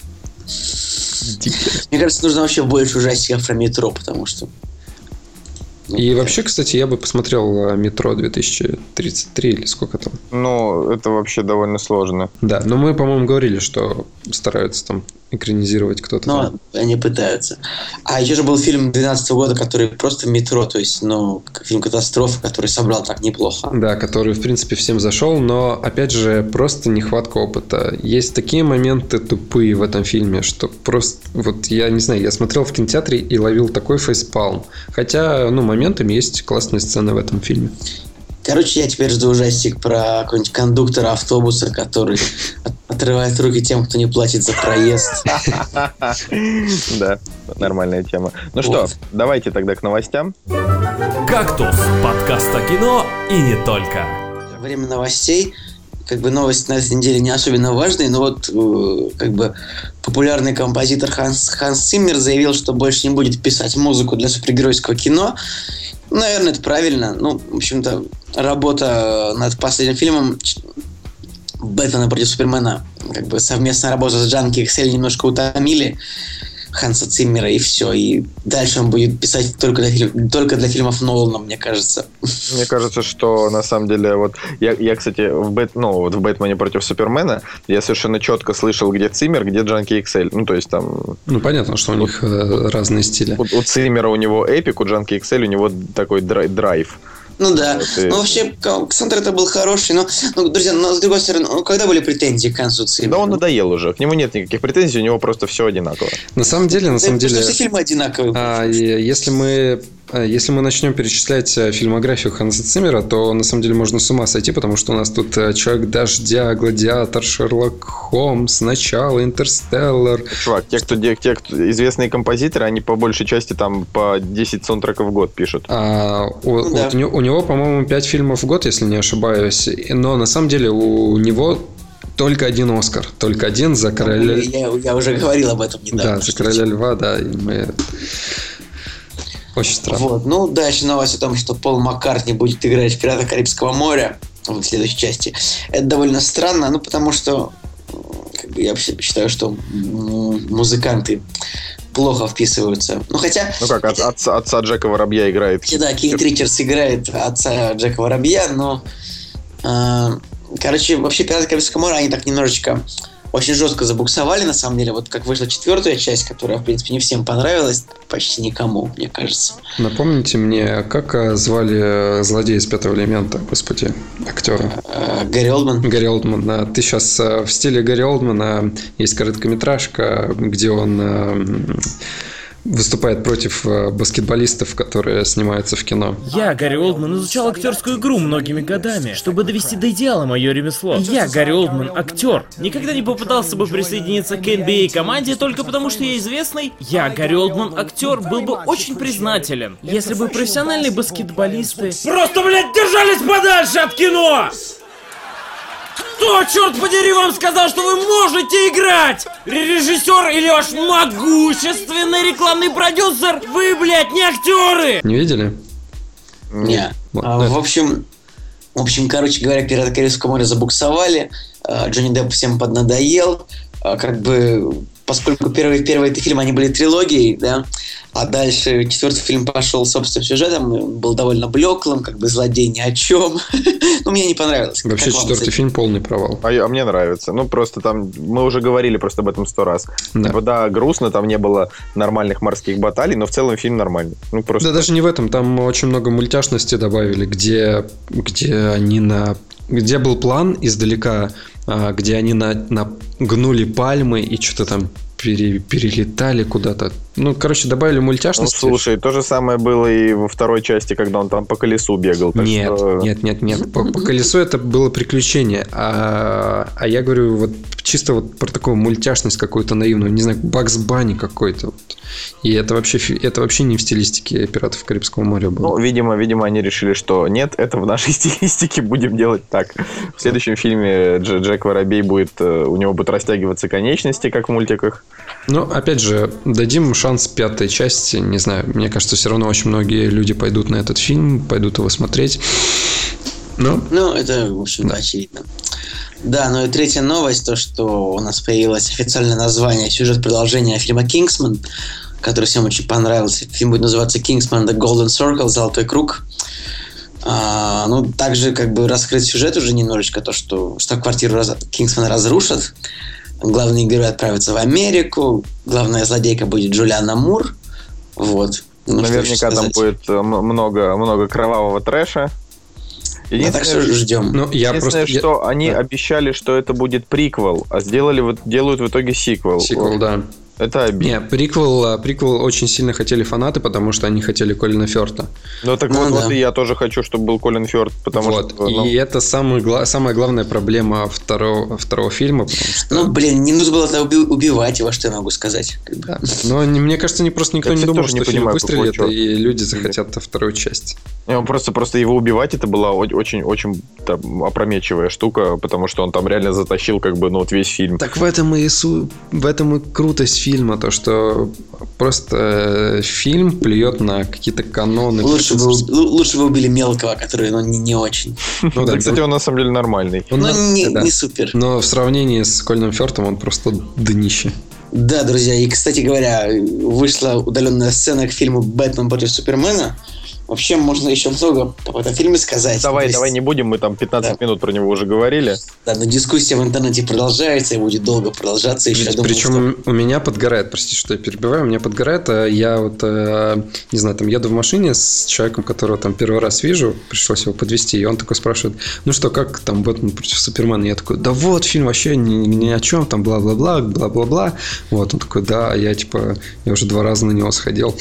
Диггеры. Мне кажется, нужно вообще больше ужастиков про метро, потому что... Ну, и вообще, кстати, я бы посмотрел «Метро две тысячи тридцать три» или сколько там. Ну, это вообще довольно сложно. Да, но мы, по-моему, говорили, что стараются там экранизировать кто-то. Ну, там. Они пытаются. А еще же был фильм две тысячи двенадцатого года, который просто «Метро», то есть, ну, фильм «Катастрофа», который собрал так неплохо. Да, который, в принципе, всем зашел, но, опять же, просто нехватка опыта. Есть такие моменты тупые в этом фильме, что просто, вот, я не знаю, я смотрел в кинотеатре и ловил такой фейспалм. Хотя, ну, моментами есть классные сцены в этом фильме. Короче, я теперь жду ужастик про какого-нибудь кондуктора автобуса, который отрывает руки тем, кто не платит за проезд. Да, нормальная тема. Ну что, давайте тогда к новостям. «Кактус» – подкаст о кино и не только. Время новостей. Как бы новости на этой неделе не особенно важные, но вот как бы популярный композитор Ханс, Ханс Циммер заявил, что больше не будет писать музыку для супергеройского кино. Наверное, это правильно. Ну, в общем-то, работа над последним фильмом «Бэтмена против Супермена», как бы совместная работа с Джанки икс эль немножко утомили Ханса Циммера, и все. И дальше он будет писать только для, фильм, только для фильмов Нолана, мне кажется. Мне кажется, что на самом деле вот я, я кстати, в, Бэт, ну, вот в «Бэтмене против Супермена» я совершенно четко слышал, где Циммер, где Джанки икс эль. Ну, то есть там... Ну, понятно, что у вот, них э, разные стили. У, у Циммера у него эпик, у Джанки икс эль у него такой драйв. Ну да, вот и... ну вообще Ксандр это был хороший, но, ну, друзья, но с другой стороны, ну, когда были претензии к Хансу Циммеру? Да он надоел уже, к нему нет никаких претензий, у него просто все одинаково. На самом деле, на самом да, деле... Все фильмы одинаковые. А, если мы... Если мы начнем перечислять фильмографию Ханса Циммера, то на самом деле можно с ума сойти, потому что у нас тут «Человек дождя», «Гладиатор», «Шерлок Холмс», «Начало», «Интерстеллар». Чувак, те, кто, те, кто известные композиторы, они по большей части там по десять саундтреков в год пишут. А, у, ну, да. вот у, него, у него, по-моему, пять фильмов в год, если не ошибаюсь. Но на самом деле у него... Только один Оскар. Только один за «Короля...» Я, я уже говорил об этом недавно. Да, за «Короля льва», да. И мы... Очень странно. Вот. Ну, дальше новость о том, что Пол Маккартни будет играть в «Пиратах Карибского моря» в следующей части. Это довольно странно, ну, потому что как бы, я считаю, что музыканты плохо вписываются. Ну, хотя... Ну, как, хотя, отца, отца Джека Воробья играет. Да, Кейт Ричардс играет отца Джека Воробья, но... Э, короче, вообще «Пираты Карибского моря», они так немножечко... Очень жестко забуксовали, на самом деле. Вот как вышла четвертая часть, которая, в принципе, не всем понравилась, почти никому, мне кажется. Напомните мне, как звали злодея из «Пятого элемента», господи, актера? Гэри Олдман. Гэри Олдман, да. Ты сейчас в стиле Гэри Олдмана, есть короткометражка, где он выступает против баскетболистов, которые снимаются в кино. Я, Гарри Олдман, изучал актерскую игру многими годами, чтобы довести до идеала мое ремесло. Я, Гарри Олдман, актер. Никогда не попытался бы присоединиться к эн би эй команде только потому, что я известный. Я, Гарри Олдман, актер, был бы очень признателен, если бы профессиональные баскетболисты просто, блядь, держались подальше от кино! Кто, черт подери, вам сказал, что вы можете играть? Режиссер или ваш могущественный рекламный продюсер? Вы, блядь, не актеры! Не видели? Не. Вот, а, да. в общем, в общем, короче говоря, «Пираты Карибского моря» забуксовали, Джонни Депп всем поднадоел, как бы, поскольку первые, первые три фильма, они были трилогией, да, а дальше четвертый фильм пошел собственным сюжетом, был довольно блеклым, как бы злодей ни о чем. Ну, мне не понравилось. Вообще четвертый фильм полный провал. А, а мне нравится. Ну, просто там, мы уже говорили просто об этом сто раз. Да. Типа, да, грустно, там не было нормальных морских баталий, но в целом фильм нормальный. Ну, просто... Да даже не в этом, там очень много мультяшности добавили, где, где они на... Где был план издалека, где они на, на гнули пальмы и что-то там пере, перелетали куда-то. Ну, короче, добавили мультяшности. Ну, слушай, то же самое было и во второй части, когда он там по колесу бегал. Так нет, что... нет, нет, нет. По, по колесу это было приключение. А, а я говорю вот чисто вот про такую мультяшность какую-то наивную. Не знаю, Бакс Банни какой-то. Вот. И это вообще, это вообще не в стилистике «Пиратов Карибского моря» было. Ну, видимо, видимо, они решили, что нет, это в нашей стилистике, будем делать так. В следующем фильме Дж- Джек Воробей будет, у него будут растягиваться конечности, как в мультиках. Ну, опять же, дадим шанс пятой части. Не знаю, мне кажется, все равно очень многие люди пойдут на этот фильм, пойдут его смотреть. Но... Ну, это, в общем-то, да. очевидно. Да, ну и третья новость, то, что у нас появилось официальное название, сюжет продолжения фильма «Кингсман», который всем очень понравился. Фильм будет называться «Kingsman: The Golden Circle», «Золотой круг». А, ну, также как бы раскрыть сюжет уже немножечко, то, что штаб-квартиру раз... Кингсмана разрушат, главные герои отправятся в Америку, главная злодейка будет Джулиана Мур. Вот. Ну, наверняка там будет много, много кровавого трэша. А так что ждем. Ну, я Единственное, просто... что они да. обещали, что это будет приквел, а сделали вот делают в итоге сиквел. Сиквел, да. Это обидно. Не, приквел, приквел очень сильно хотели фанаты, потому что они хотели Колина Фёрта. Ну так ну, вот, да. вот и я тоже хочу, чтобы был Колин Фёрд, потому вот. что... Ну... И это самый, самая главная проблема второго, второго фильма, потому что... Ну, блин, не нужно было это уби- убивать его, что я могу сказать. Да. Но мне кажется, не просто никто я не думал, что не фильм понимаю, выстрелит, и люди захотят вторую часть. Не, просто, просто его убивать, это была очень-очень там, опрометчивая штука, потому что он там реально затащил как бы, ну, вот весь фильм. Так в этом и, су... в этом и крутость фильма, то, что просто фильм плюет на какие-то каноны. Лучше бы, лучше бы убили мелкого, который, ну, не, не очень. Ну, да, кстати, он на самом деле нормальный. Ну, не, не супер. Но в сравнении с Колином Фёртом он просто днище. Да, друзья, и, кстати говоря, вышла удаленная сцена к фильму «Бэтмен против Супермена». Вообще, можно еще много об этом фильме сказать. Давай, есть... давай не будем, мы там пятнадцать да. минут про него уже говорили. Да, но дискуссия в интернете продолжается и будет долго продолжаться. Еще, я думаю, Причем что... у меня подгорает, простите, что я перебиваю, у меня подгорает, я вот, не знаю, там еду в машине с человеком, которого там первый раз вижу, пришлось его подвезти, и он такой спрашивает, ну что, как там «Бэтмен против Супермена»? Я такой, да вот, фильм вообще ни, ни о чем, там бла-бла-бла, бла-бла-бла. Вот, он такой, да, я типа, я уже два раза на него сходил.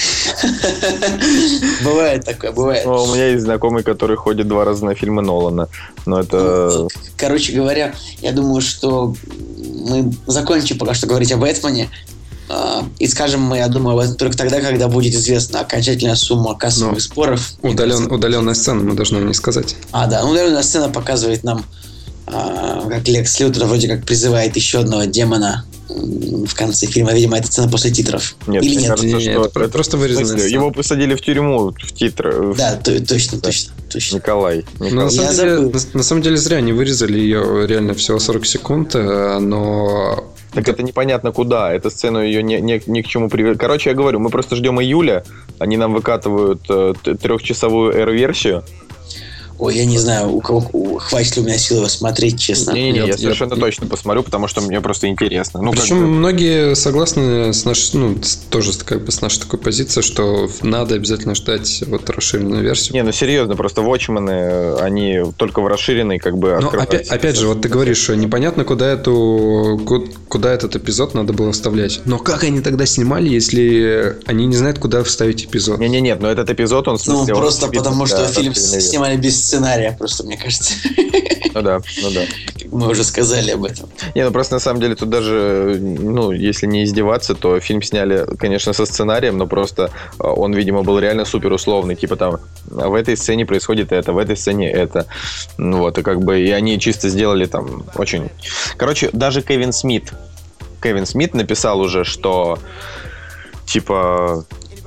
Бывает такое, бывает. Ну, у меня есть знакомый, который ходит два раза на фильмы Нолана. Но это... Короче говоря, я думаю, что мы закончим пока что говорить о Бэтмене. И скажем мы, я думаю, об этом только тогда, когда будет известна окончательная сумма кассовых ну, споров. Удален, удаленная сцена, мы должны не сказать. А, да, удаленная сцена показывает нам, как Лекс Лютер вроде как призывает еще одного демона в конце фильма. Видимо, это сцена после титров. Нет, или мне нет? кажется, не, что это, это просто вырезанная сцена. Его посадили в тюрьму в титры. Да, то, точно, да. точно, точно. Николай. Николай. Ну, на, самом деле, на, на самом деле зря они вырезали ее реально всего сорок секунд, но... Так это непонятно куда. Эту сцену ее ни, ни, ни к чему привели. Короче, я говорю, мы просто ждем июля. Они нам выкатывают э, трехчасовую R-версию. Ой, я не знаю, у кого у, хватит ли у меня сил его смотреть, честно. Не-не-не, я, Я- совершенно я- точно посмотрю, потому что мне просто интересно. Ну, как Причем бы- многие согласны с нашей, ну, с- тоже с- как бы с нашей такой позицией, что надо обязательно ждать вот расширенную версию. Не, ну серьезно, просто Watchmen, они только в расширенной как бы Но открывают опять, себе опять же, вот ты говоришь, что непонятно, куда эту ку- куда этот эпизод надо было вставлять. Но как они тогда снимали, если они не знают, куда вставить эпизод? Не-не-нет, но этот эпизод, он в Ну, смысле, он просто написан потому, для что фильм расширенной версии. снимали без сценария, просто, мне кажется. Ну да, ну да. Мы уже сказали об этом. Не, ну просто на самом деле тут даже, ну, если не издеваться, то фильм сняли, конечно, со сценарием, но просто э, он, видимо, был реально супер условный. Типа там, в этой сцене происходит это, в этой сцене это. Ну вот, и как бы, и они чисто сделали там очень... Короче, даже Кевин Смит, Кевин Смит написал уже, что, типа...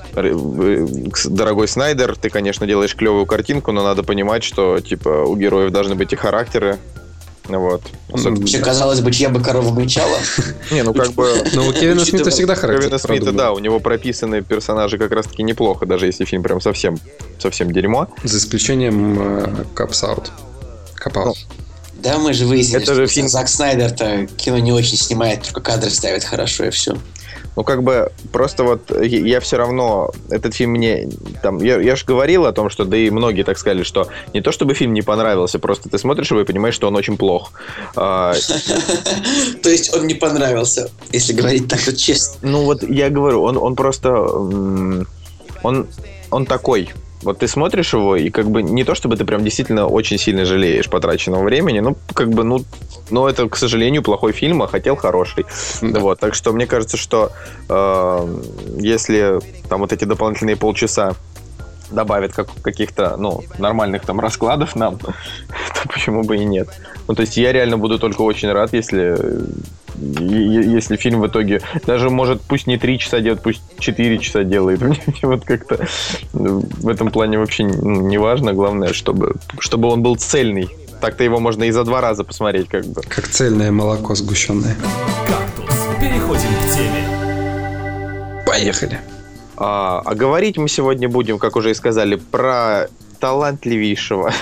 Дорогой Снайдер, ты, конечно, делаешь клевую картинку, но надо понимать, что, типа, у героев должны быть и характеры. Вот. Особенно- Вообще, казалось бы, чья бы корова мычала. Не, ну как бы... Но у Кевина Смита всегда У характер Кевина Смита, продуман. да, у него прописаны персонажи как раз-таки неплохо, даже если фильм прям совсем, совсем дерьмо. За исключением э, Cops Out. Cop Out. Да, мы же выяснили, Это что же фильм- Зак Снайдер-то кино не очень снимает, только кадры ставит хорошо, и все. Ну, как бы, просто вот я, я все равно... Этот фильм мне... Там, я, я же говорил о том, что, да и многие так сказали, что не то чтобы фильм не понравился, просто ты смотришь его и понимаешь, что он очень плох. А, То есть он не понравился, если говорить так вот честно. ну, вот я говорю, он, он просто... м, Он, он такой... Вот ты смотришь его, и как бы не то, чтобы ты прям действительно очень сильно жалеешь потраченного времени, ну, как бы, ну, но это, к сожалению, плохой фильм, а хотел хороший. Да. Вот, так что мне кажется, что э, если там вот эти дополнительные полчаса добавят как, каких-то, ну, нормальных там раскладов нам, то почему бы и нет. Ну, то есть я реально буду только очень рад, если... Если фильм в итоге даже, может, пусть не три часа делает, пусть четыре часа делает. Мне вот как-то в этом плане вообще не важно. Главное, чтобы, чтобы он был цельный. Так-то его можно и за два раза посмотреть, как бы. Как цельное молоко сгущенное. «Кактус». Переходим к теме. Поехали. А, а говорить мы сегодня будем, как уже и сказали, про талантливейшего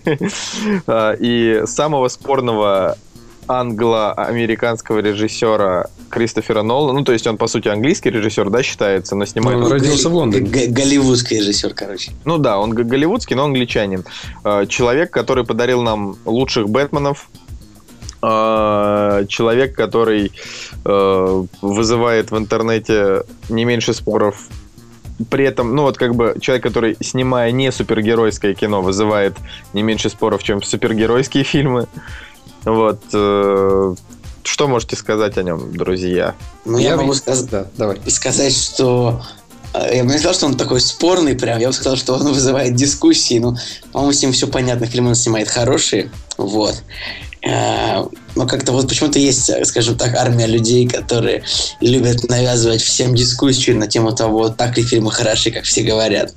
и самого спорного англо-американского режиссера Кристофера Нолана. Ну, то есть он, по сути, английский режиссер, да, считается, но снимает... Ну, он родился в Лондоне. Г- голливудский режиссер, короче. Ну да, он г- голливудский, но англичанин. Э, Человек, который подарил нам лучших Бэтменов. Э, Человек, который э, вызывает в интернете не меньше споров. При этом, ну вот как бы человек, который, снимая не супергеройское кино, вызывает не меньше споров, чем супергеройские фильмы. Вот. э, Что можете сказать о нем, друзья? Ну, я, Я могу ви- сказать, Да, давай. сказать, что... э, Я бы не сказал, что он такой спорный прям. Я бы сказал, что он вызывает дискуссии. Ну, по-моему, с ним все понятно. Фильмы он снимает хорошие. Вот. Э, Но как-то вот почему-то есть, скажем так, армия людей, которые любят навязывать всем дискуссию на тему того, так ли фильмы хороши, как все говорят.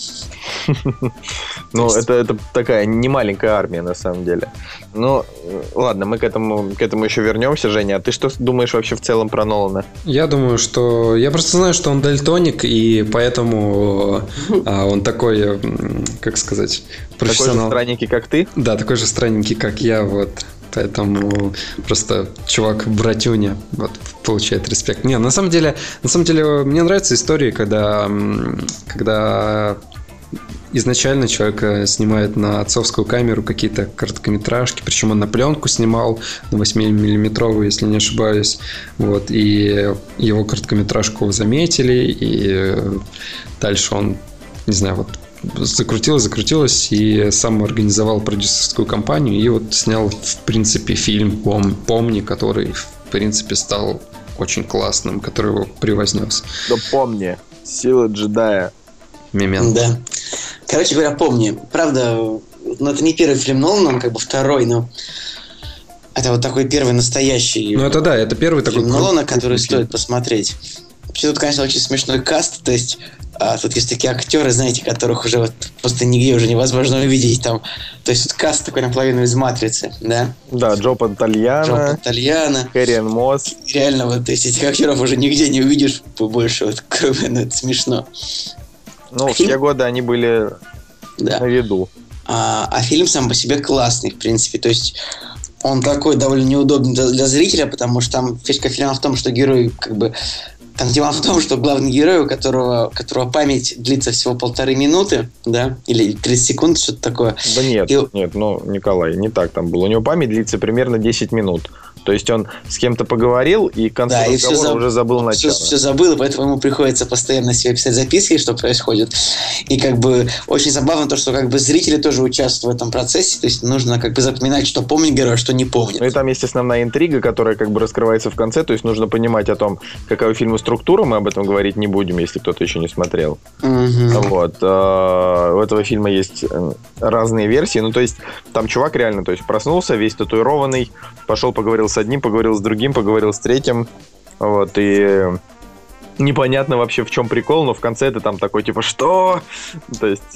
Ну, это, это такая не маленькая армия, на самом деле. Ну, э, ладно, мы к этому, к этому еще вернемся, Женя. А ты что думаешь вообще в целом про Нолана? Я думаю, что... Я просто знаю, что он дальтоник, и поэтому а, он такой, м, как сказать, Такой же профессионал. странненький, как ты? Да, такой же странненький, как я, вот. Поэтому просто чувак братюня вот, получает респект. Не, на самом деле, на самом деле мне нравятся истории, когда, м, когда изначально человек э, снимает на отцовскую камеру какие-то короткометражки, причем он на пленку снимал, на восьмимиллиметровую, если не ошибаюсь. Вот, и его короткометражку заметили, и э, дальше он, не знаю, вот закрутилось, закрутилось, и сам организовал продюсерскую компанию, и вот снял, в принципе, фильм «Пом- «Помни», который, в принципе, стал очень классным, который его превознес. Да помни, сила джедая. Мемен. Да. Короче говоря, помни. Правда, ну, это не первый фильм Нолана, он как бы второй, но это вот такой первый настоящий Ну, это да, это первый такой... фильм Нолана, крупный который фильм. стоит посмотреть. Вообще тут, конечно, очень смешной каст, то есть а, тут есть такие актеры, знаете, которых уже вот просто нигде уже невозможно увидеть там. То есть тут каст такой наполовину из «Матрицы», да? Да, Джо Джо Пантальяно, Пантальяно. Кэриан Мосс. Реально, вот то есть этих актеров уже нигде не увидишь больше, вот, кроме, ну, это смешно. Ну, в Фильм- те годы они были Да. на виду. а, а фильм сам по себе классный, в принципе. То есть он такой довольно неудобный для, для зрителя, потому что там фишка фильма в том, что герой как бы... Там тема в том, что главный герой, у которого, которого память длится всего полторы минуты, да, или тридцать секунд, что-то такое. Да нет, И... нет, ну, Николай, не так там было. У него память длится примерно десять минут. То есть он с кем-то поговорил, и к концу да, разговора и заб... уже забыл все, начало. Все забыл, и поэтому ему приходится постоянно себе писать записки, что происходит. И как бы очень забавно то, что как бы зрители тоже участвуют в этом процессе, то есть нужно как бы запоминать, что помнит герой, а что не помнит. Ну и там есть основная интрига, которая как бы раскрывается в конце, то есть нужно понимать о том, какая у фильма структура, мы об этом говорить не будем, если кто-то еще не смотрел. Угу. Вот. У этого фильма есть разные версии, ну то есть там чувак реально, то есть проснулся, весь татуированный, пошел поговорил с одним, поговорил с другим, поговорил с третьим, вот, и непонятно вообще в чем прикол, но в конце ты там такой типа, что? То есть...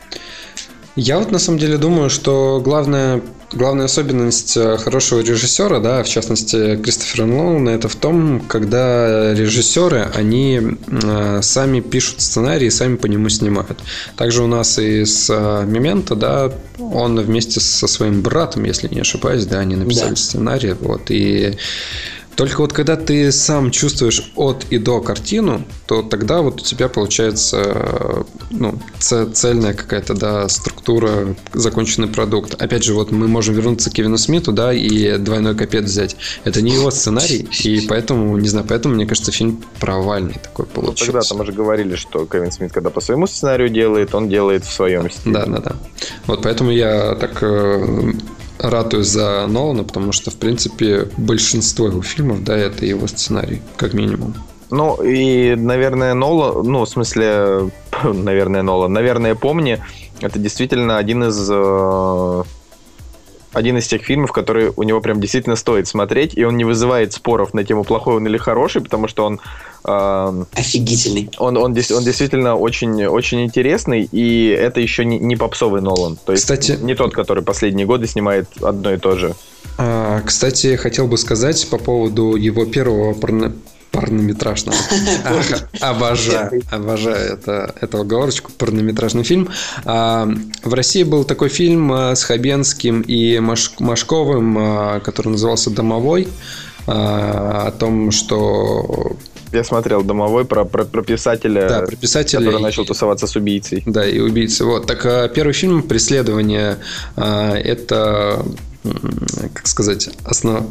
Я вот на самом деле думаю, что главная, главная особенность хорошего режиссера, да, в частности Кристофера Нолана, это в том, когда режиссеры, они э, сами пишут сценарий и сами по нему снимают. Также у нас и с э, «Мементо», да, он вместе со своим братом, если не ошибаюсь, да, они написали да. сценарий, вот, и... Только вот когда ты сам чувствуешь от и до картину, то тогда вот у тебя получается ну, цельная какая-то да, структура, законченный продукт. Опять же, вот мы можем вернуться к Кевину Смиту, да, и «Двойной капет» взять. Это не его сценарий, и поэтому, не знаю, поэтому, мне кажется, фильм провальный такой получился. Ну, тогда-то мы же говорили, что Кевин Смит, когда по своему сценарию делает, он делает в своем стиле. Да, да, да. Вот поэтому я так... ратую за Нолана, потому что, в принципе, большинство его фильмов, да, это его сценарий, как минимум. Ну, и, наверное, Нолан, ну, в смысле, наверное, Нолан, наверное, «Помни», это действительно один из... Э, один из тех фильмов, которые у него прям действительно стоит смотреть, и он не вызывает споров на тему, плохой он или хороший, потому что он... Э, Офигительный. Он, он, он действительно очень, очень интересный, и это еще не, не попсовый Нолан. То есть Кстати, не тот, который последние годы снимает одно и то же. А, кстати, хотел бы сказать по поводу его первого порно... порнометражного. Обожаю, обожаю это, эту оговорочку, порнометражный фильм. В России был такой фильм с Хабенским и Машковым, который назывался «Домовой», о том, что... Я смотрел «Домовой» про, про, про писателя, да, про писателя, который начал тусоваться с убийцей. Да, и убийцей. Вот. Так первый фильм «Преследование» это, как сказать, основ...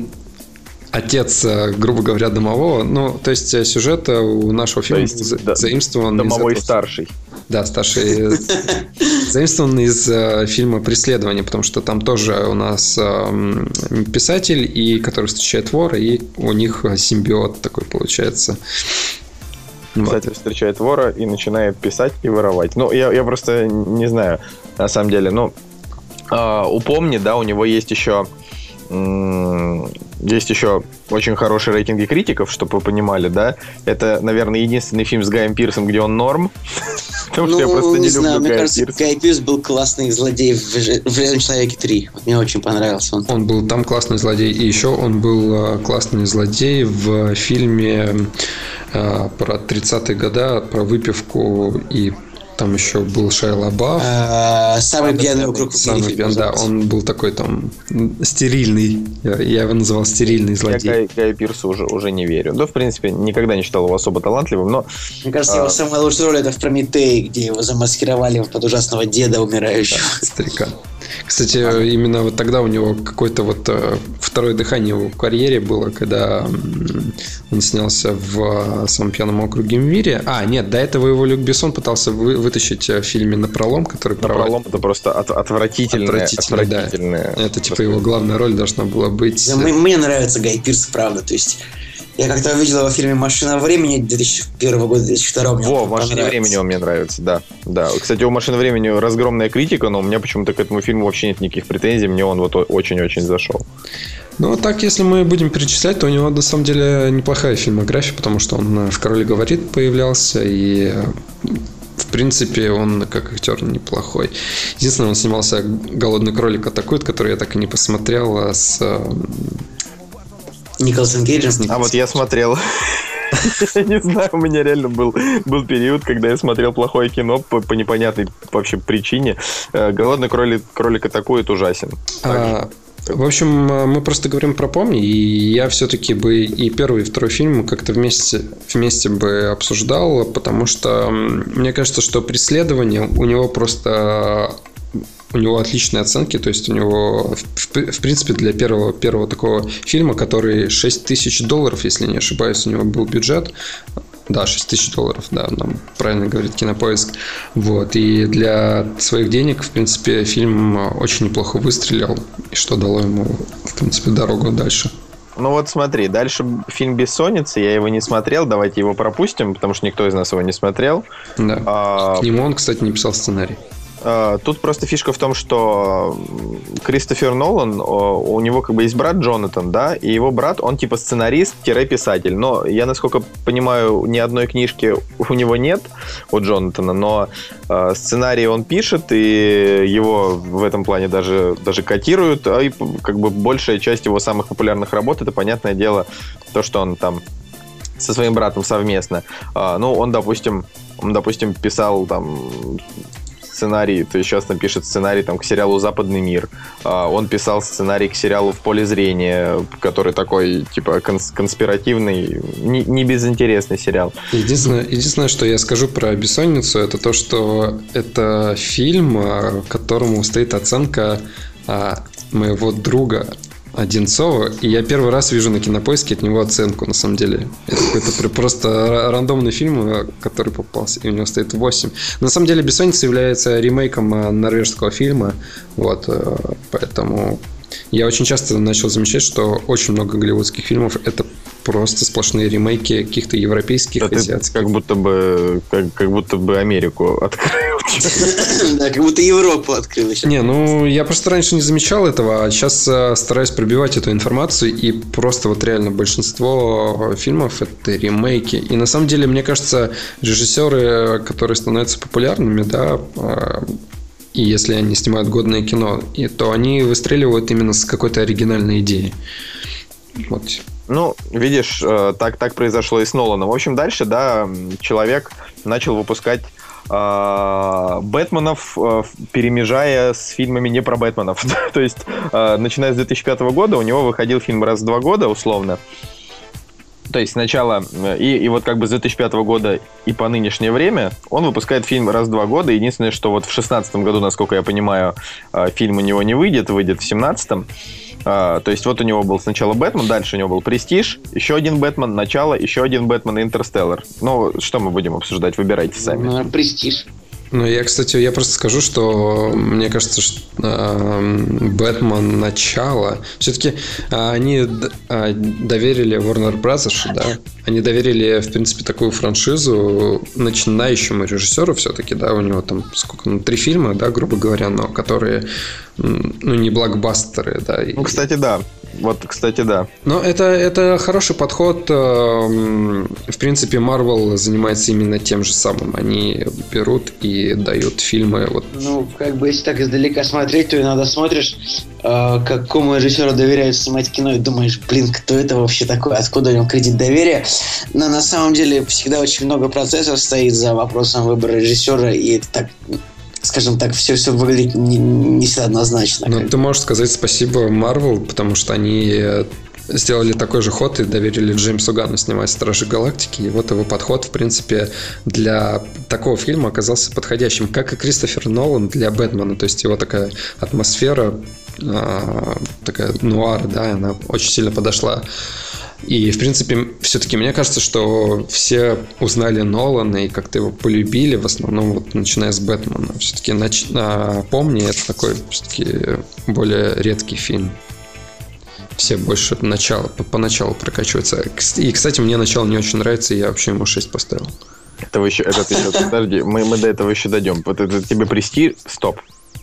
отец, грубо говоря, домового. Ну, то есть сюжет у нашего фильма есть, за- да, заимствован домовой из этого... старший. Да, старший. Заимствован из э, фильма «Преследование», потому что там тоже у нас э, писатель, и который встречает вора, и у них симбиот такой получается. Писатель вот. Встречает вора и начинает писать и воровать. Ну, я, я просто не знаю, на самом деле. Ну, э, у «Помни», да, у него есть еще... Есть еще очень хорошие рейтинги критиков, чтобы вы понимали, да. Это, наверное, единственный фильм с Гаем Пирсом, где он норм. Потому ну, что я просто не, не люблю знаю, Гая мне кажется, Пирса. Гай Пирс был классный злодей в, в «Железном человеке три». Вот мне очень понравился он. Он был там классный злодей. И еще он был классный злодей в фильме э, про тридцатые годы, про выпивку, и там еще был Шайа Лабаф. А, самый пьяный округ в мире. Пьян, да, он был такой там стерильный. Я, я его называл стерильный злодей. Я Гай, Гаю Пирсу уже, уже не верю. Да, в принципе, никогда не считал его особо талантливым, но... Мне кажется, а... его самая лучшая роль это в «Прометее», где его замаскировали под ужасного деда умирающего. Да, старика. Кстати, именно вот тогда у него какое-то вот второе дыхание в карьере было, когда он снялся в «Самом пьяном округе в мире». А, нет, до этого его Люк Бессон пытался вы, вытащить в фильме «Напролом», который... «Напролом» — это просто от, отвратительное. Отвратительное, отвратительное. Да. Это типа его главная роль должна была быть... Да, мне, мне нравится Гай Пирс, правда, то есть... Я как-то увидел его в фильме «Машина времени» две тысячи первого года, две тысячи второго. Во, в «Машине времени» он мне нравится, да. да. Кстати, у «Машины времени» разгромная критика, но у меня почему-то к этому фильму вообще нет никаких претензий. Мне он вот очень-очень зашел. Ну, так, если мы будем перечислять, то у него, на самом деле, неплохая фильмография, потому что он в «Короле говорит» появлялся, и... В принципе, он как актер неплохой. Единственное, он снимался «Голодный кролик атакует», который я так и не посмотрел, а с... Николасом Кейджем. А вот я смотрел. Я не знаю, у меня реально был, был период, когда я смотрел плохое кино по, по непонятной вообще причине. «Голодный кролик, кролик атакует» ужасен. А, в общем, мы просто говорим про «Помни», и я все-таки бы и первый, и второй фильм как-то вместе, вместе бы обсуждал, потому что мне кажется, что «Преследование» у него просто... У него отличные оценки, то есть у него, в, в принципе, для первого, первого такого фильма, который шесть тысяч долларов, если не ошибаюсь, у него был бюджет. Да, шесть тысяч долларов, да, нам правильно говорит Кинопоиск. Вот, и для своих денег, в принципе, фильм очень неплохо выстрелил, и что дало ему, в принципе, дорогу дальше. Ну вот смотри, дальше фильм «Бессонница», я его не смотрел, давайте его пропустим, потому что никто из нас его не смотрел. Да, а... к нему он, кстати, не писал сценарий. Тут просто фишка в том, что Кристофер Нолан, у него как бы есть брат Джонатан, да, и его брат, он типа сценарист-писатель, но я, насколько понимаю, ни одной книжки у него нет, у Джонатана, но сценарий он пишет, и его в этом плане даже, даже котируют, а и как бы большая часть его самых популярных работ, это, понятное дело, то, что он там со своим братом совместно. Ну, он, допустим, он, допустим, писал там... сценарий, то есть сейчас там пишет сценарий там, к сериалу «Западный мир». А, он писал сценарий к сериалу «В поле зрения», который такой, типа, конс- конспиративный, не, не безинтересный сериал. Единственное, единственное, что я скажу про «Бессонницу», это то, что это фильм, которому стоит оценка моего друга Одинцова, и я первый раз вижу на Кинопоиске от него оценку, на самом деле. Это какой-то просто рандомный фильм, который попался, и у него стоит восемь. На самом деле «Бессонница» является ремейком норвежского фильма, вот, поэтому я очень часто начал замечать, что очень много голливудских фильмов — это просто сплошные ремейки каких-то европейских, да, азиатских. Как будто бы, как, как будто бы Америку открыл. Да, как будто Европу открыл еще. Не, ну я просто раньше не замечал этого, а сейчас стараюсь пробивать эту информацию, и просто вот реально большинство фильмов — это ремейки. И на самом деле, мне кажется, режиссеры, которые становятся популярными, да, и если они снимают годное кино, и то они выстреливают именно с какой-то оригинальной идеей. Вот. Ну, видишь, так, так произошло и с Ноланом. В общем, дальше, да, человек начал выпускать э, Бэтменов, э, перемежая с фильмами не про Бэтменов. То есть, э, начиная с две тысячи пятого года у него выходил фильм раз в два года, условно. То есть сначала, и, и вот как бы с две тысячи пятого года и по нынешнее время он выпускает фильм раз в два года. Единственное, что вот в шестнадцатом году, насколько я понимаю, фильм у него не выйдет, выйдет в семнадцатом. То есть вот у него был сначала «Бэтмен», дальше у него был «Престиж», еще один «Бэтмен», «Начало», еще один «Бэтмен» и «Интерстеллар». Ну, что мы будем обсуждать? Выбирайте сами. Ну, «Престиж». Ну, я, кстати, я просто скажу, что мне кажется, что э, «Бэтмен. Начало» все-таки э, они э, доверили Warner Bros., да, они доверили, в принципе, такую франшизу начинающему режиссеру все-таки, да, у него там сколько, ну, три фильма, да, грубо говоря, но которые, ну, не блокбастеры, да. Ну, кстати, да. Вот, кстати, да. Но это, это хороший подход. В принципе, Marvel занимается именно тем же самым. Они берут и дают фильмы. Вот. Ну, как бы, если так издалека смотреть, то иногда смотришь, э, какому режиссеру доверяют снимать кино, и думаешь, блин, кто это вообще такой, откуда у него кредит доверия. Но на самом деле всегда очень много процессов стоит за вопросом выбора режиссера, и это так... Скажем так, все, все выглядит не, не всегда однозначно. Но ты можешь сказать спасибо Marvel, потому что они сделали такой же ход и доверили Джеймсу Ганну снимать «Стражи Галактики». И вот его подход, в принципе, для такого фильма оказался подходящим, как и Кристофер Нолан для «Бэтмена». То есть его такая атмосфера, такая нуар, да, она очень сильно подошла. И, в принципе, все-таки мне кажется, что все узнали Нолана и как-то его полюбили, в основном, вот, начиная с «Бэтмена». Все-таки нач... а, «Помни» — это такой все-таки более редкий фильм. Все больше начало, поначалу прокачиваются. И, кстати, мне начало не очень нравится, и я вообще ему шесть поставил. Это еще, это еще, подожди, мы, мы до этого еще дойдем. Вот это тебе «Престиж», стоп.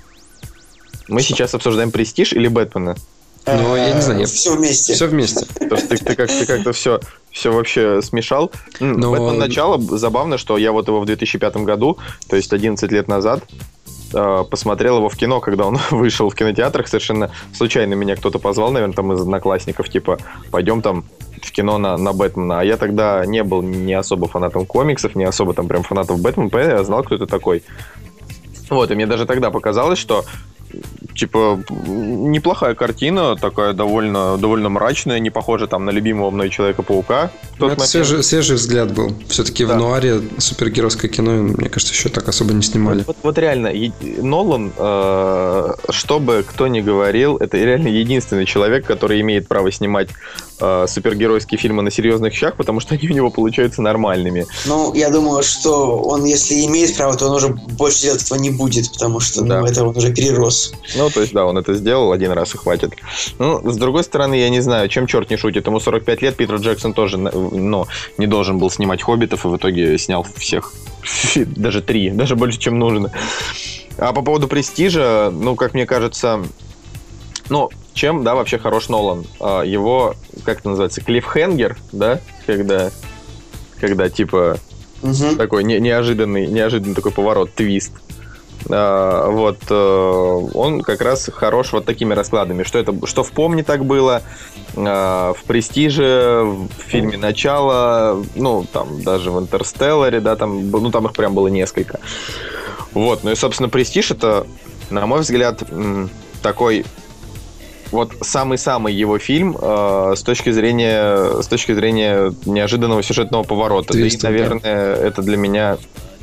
Мы сейчас обсуждаем «Престиж» или «Бэтмена»? Ну, я не знаю. Я... Все вместе. Все вместе. Потому что ты, ты, как, ты как-то все, все вообще смешал. Но... «Бэтмен. Начало» забавно, что я вот его в две тысячи пятом году, то есть одиннадцать лет назад, э, посмотрел его в кино, когда он вышел в кинотеатрах. Совершенно случайно меня кто-то позвал, наверное, там из одноклассников, типа, пойдем там в кино на, на Бэтмена. А я тогда не был не особо фанатом комиксов, не особо там прям фанатов Бэтмена, поэтому я знал, кто это такой. Вот, и мне даже тогда показалось, что типа, неплохая картина, такая довольно, довольно мрачная, не похожа там на любимого мной Человека-паука. Это свежий, свежий взгляд был. Все-таки да. В нуаре супергеройское кино, мне кажется, еще так особо не снимали. Вот, вот реально, Нолан, э, что бы кто ни говорил, это реально единственный человек, который имеет право снимать э, супергеройские фильмы на серьезных щах, потому что они у него получаются нормальными. Ну, я думаю, что он, если имеет право, то он уже больше делать этого не будет, потому что да. ну, это он уже перерос. Ну, то есть, да, он это сделал один раз и хватит. Ну, с другой стороны, я не знаю, чем черт не шутит. Ему сорок пять лет, Питер Джексон тоже, но не должен был снимать «Хоббитов», и в итоге снял всех. Даже три, даже больше, чем нужно. А по поводу «Престижа», ну, как мне кажется, ну, чем, да, вообще хорош Нолан? Его, как это называется, клиффхенгер, да, когда, когда типа, угу. такой не, неожиданный, неожиданный такой поворот, твист. Uh, вот uh, он как раз хорош вот такими раскладами. Что это, что в «Помни» так было, uh, в «Престиже», в фильме «Начало», ну, там, даже в «Интерстелларе», да, там, ну, там их прям было несколько. Вот, ну и, собственно, «Престиж» — это, на мой взгляд, такой вот самый-самый его фильм uh, с точки зрения, с точки зрения неожиданного сюжетного поворота. Твист, да и, наверное, да. это для меня...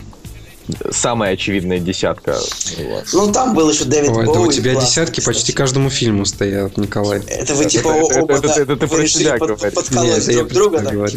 самая очевидная десятка. Ну, там был еще Дэвид Боуи. Да у тебя десятки кстати. Почти каждому фильму стоят, Николай. Это вы типа оба решили подколоть друг друга.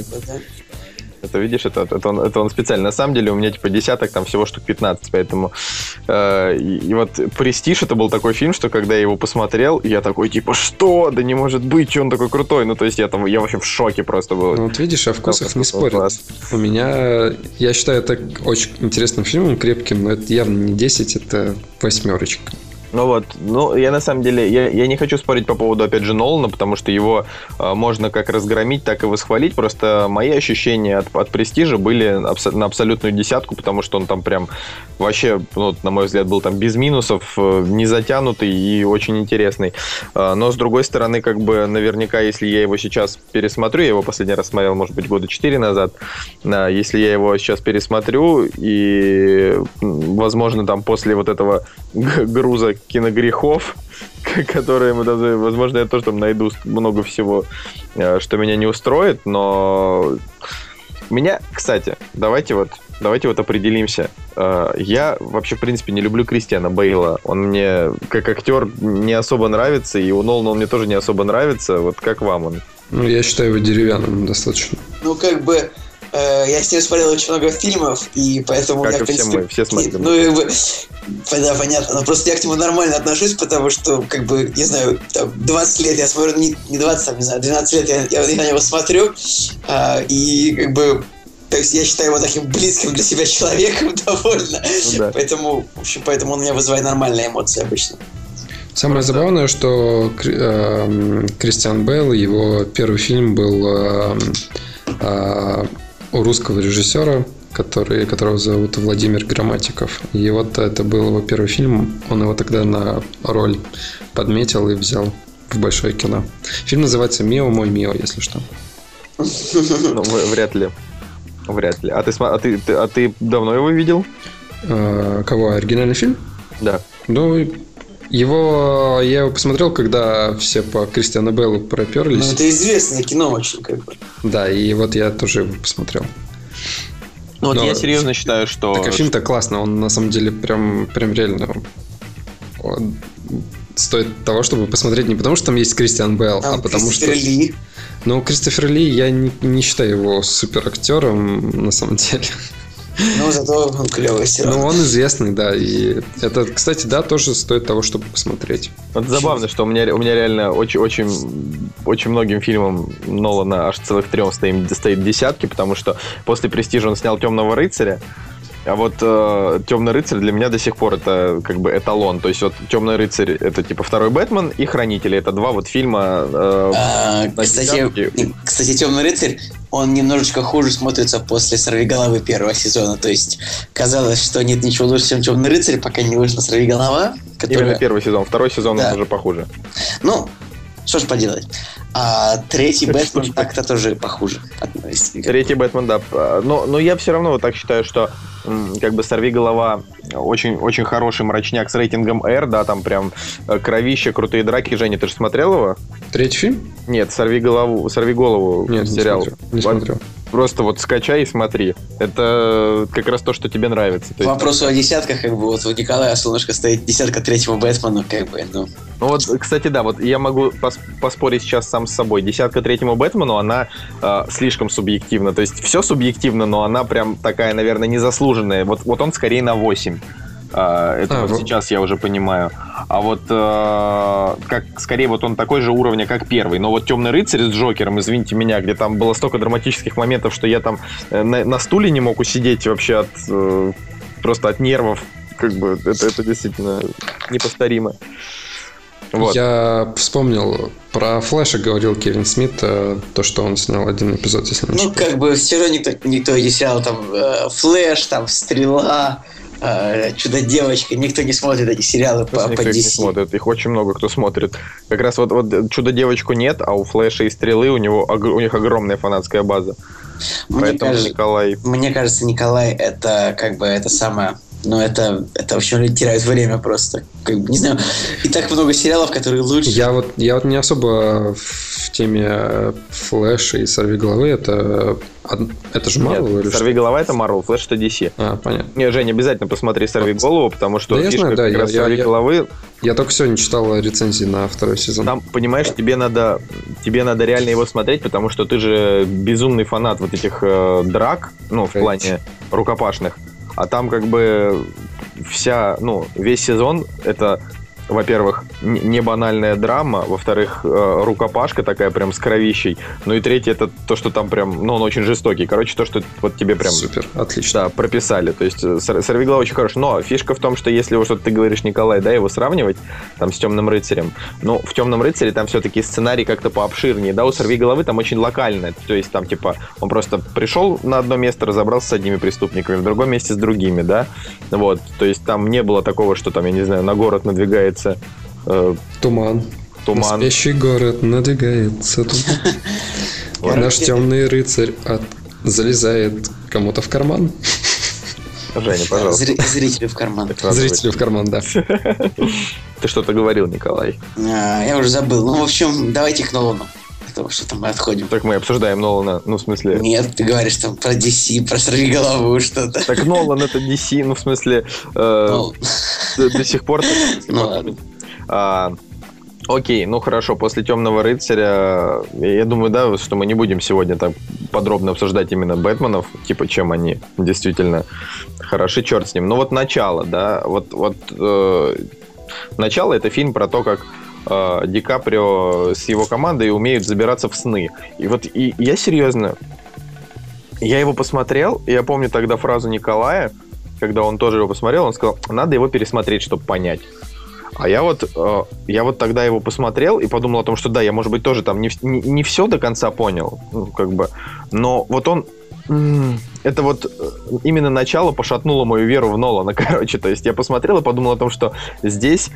Это, видишь, это, это, он, это он специально. На самом деле у меня типа десяток, там всего штук пятнадцать, поэтому... Э, и, и вот «Престиж» это был такой фильм, что когда я его посмотрел, я такой типа, что? Да не может быть, что он такой крутой? Ну, то есть я там, я вообще в шоке просто был. Ну, вот видишь, о вкусах не спорят. У меня, я считаю, это очень интересным фильмом, крепким, но это явно не десять, это восьмерочка. Ну вот, ну я на самом деле, я, я не хочу спорить по поводу, опять же, Нолана, потому что его э, можно как разгромить, так и восхвалить, просто мои ощущения от, от «Престижа» были абс- на абсолютную десятку, потому что он там прям вообще, ну, на мой взгляд, был там без минусов, э, не затянутый и очень интересный. Э, но, с другой стороны, как бы, наверняка, если я его сейчас пересмотрю, я его последний раз смотрел, может быть, года четыре назад, э, если я его сейчас пересмотрю, и, возможно, там после вот этого груза киногрехов, которые мы даже, возможно, я тоже там найду много всего, что меня не устроит, но меня, кстати, давайте вот, давайте вот определимся. Я вообще, в принципе, не люблю Кристиана Бейла. Он мне, как актер, не особо нравится, и у Нолана он мне тоже не особо нравится. Вот как вам он? Ну, я считаю его деревянным достаточно. Ну, как бы... Я с ним смотрел очень много фильмов, и поэтому как я, и в принципе... все мы, все смотрим. Ну, как бы, да, понятно, но просто я к нему нормально отношусь, потому что, как бы, не знаю, там, двадцать лет я смотрю, не, не двадцать, там, не знаю, двенадцать лет я, я, я на него смотрю, а, и, как бы, то есть я считаю его таким близким для себя человеком довольно, ну, да. Поэтому, в общем, поэтому он у меня вызывает нормальные эмоции обычно. Самое забавное, что э, Кристиан Бейл, его первый фильм был... Э, э, у русского режиссера, который, которого зовут Владимир Грамматиков. И вот это был его первый фильм. Он его тогда на роль подметил и взял в большое кино. Фильм называется «Мио, мой Мио», если что. Ну, вряд ли. Вряд ли. А ты, а ты, ты, а ты давно его видел? А, кого? Оригинальный фильм? Да. Ну, его... Я его посмотрел, когда все по Кристиану Бейлу проперлись. Ну, это известное кино очень, как бы. Да, и вот я тоже его посмотрел. Ну, вот Но... я серьезно считаю, что... Так, а фильм-то классно. Он, на самом деле, прям, прям реально... Он стоит того, чтобы посмотреть не потому, что там есть Кристиан Бейл, а, а потому что... Ли. Ну, Кристофер Ли, я не, не считаю его суперактером, на самом деле. Ну, зато он клевый все равно. Ну, он известный, да. И это, кстати, да, тоже стоит того, чтобы посмотреть. Вот забавно, что у меня, у меня реально очень, очень, очень многим фильмам Нолана аж целых трем стоит, стоит десятки, потому что после «Престижа» он снял «Темного рыцаря». А вот э, Темный рыцарь для меня до сих пор это как бы эталон. То есть вот Темный рыцарь это типа второй Бэтмен и Хранители. Это два вот фильма. Э, а, кстати, кстати, Темный рыцарь, он немножечко хуже смотрится после Сорвиголовы первого сезона. То есть казалось, что нет ничего лучше, чем Темный рыцарь, пока не вышла Сорвиголова. Которая... Именно первый сезон. Второй сезон да. уже похуже. Ну, что ж поделать. А третий Бэтмен так-то тоже похуже. Третий Бэтмен, да. Но, но я все равно вот так считаю, что как бы «Сорвиголова» очень, очень хороший мрачняк с рейтингом R, да, там прям кровище, крутые драки. Женя, ты же смотрел его? Третий фильм? Нет, «Сорвиголову», «Сорвиголову» Нет, сериал. Не смотрел. Не смотрел. Просто вот скачай и смотри. Это как раз то, что тебе нравится. К вопросу о десятках, как бы вот у Николая Солнышко стоит десятка третьему Бэтмену, как бы, ну... Ну вот, кстати, да, вот я могу пос- поспорить сейчас сам с собой. Десятка третьему Бэтмену, она э, слишком субъективна. То есть все субъективно, но она прям такая, наверное, незаслуженная. Вот, вот он скорее на восемь. Э, это а, вот сейчас я уже понимаю. А вот э, как скорее вот он такой же уровня, как первый. Но вот «Темный рыцарь» с Джокером, извините меня, где там было столько драматических моментов, что я там на, на стуле не мог усидеть вообще от э, просто от нервов. Как бы это, это действительно неповторимо. Вот. Я вспомнил, про Флэша говорил Кевин Смит, то, что он снял один эпизод, если не Ну, читать. Как бы все равно никто, никто не снял там э, Флэш, там Стрела, э, Чудо-девочка, никто не смотрит эти сериалы по, по ди си. Не смотрит, их очень много кто смотрит. Как раз вот, вот Чудо-девочку нет, а у Флэша и Стрелы у него у них огромная фанатская база. Мне Поэтому кажется, Николай... Мне кажется, Николай это как бы это самое... Ну, это, это вообще люди теряют время просто. Как бы, не знаю, и так много сериалов, которые лучше. Я вот, я вот не особо в теме Флэша и Сорвиголовы. Это, это же Марвел или что? Сорвиголова это Марвел, Флэш это ди си. А, понятно. Не, Жень, обязательно посмотри Сорвиголову, потому что да я знаю, да, я, Сорвиголовы... Я, я только сегодня читал рецензии на второй сезон. Там, понимаешь, тебе надо, тебе надо реально его смотреть, потому что ты же безумный фанат вот этих э, драк, ну, в плане рукопашных. А там как бы вся, ну, весь сезон это, во-первых, не банальная драма, во-вторых, рукопашка такая прям с кровищей, ну и третье это то, что там прям, ну, он очень жестокий. Короче, то, что вот тебе прям... Супер, отлично. Да, прописали. То есть Сорвиголова очень хороший. Но фишка в том, что если вот что ты говоришь, Николай, да, его сравнивать там с Темным рыцарем, ну, в Темном рыцаре там все-таки сценарий как-то пообширнее, да, у Сорвиголовы там очень локально. То есть там типа он просто пришел на одно место, разобрался с одними преступниками, в другом месте с другими, да, вот. То есть там не было такого, что там, я не знаю, на город надвигается Э, туман. Туман. На спящий город надвигается туман. Наш темный рыцарь залезает кому-то в карман. Женя, пожалуйста. Зрителю в карман. Зрителю в карман, да. Ты что-то говорил, Николай. Я уже забыл. Ну, в общем, давайте к Нолану. Потому что там мы отходим. Так мы обсуждаем Нолана, ну, в смысле... Нет, ты говоришь там про ди си, про Сорвиголову, что-то. Так Нолан это ди си, ну, в смысле... Э, до, до сих пор... Ну, ладно. А, окей, ну, хорошо, после «Темного рыцаря», я думаю, да, что мы не будем сегодня так подробно обсуждать именно Бэтменов, типа, чем они действительно хороши, черт с ним. Ну, вот начало, да, вот... вот э, начало — это фильм про то, как Ди Каприо с его командой умеют забираться в сны. И вот и я серьезно, я его посмотрел, и я помню тогда фразу Николая, когда он тоже его посмотрел, он сказал, надо его пересмотреть, чтобы понять. А я вот, я вот тогда его посмотрел и подумал о том, что да, я, может быть, тоже там не, не, не все до конца понял, ну, как бы, но вот он... Это вот именно начало пошатнуло мою веру в Нолана, короче. То есть я посмотрел и подумал о том, что здесь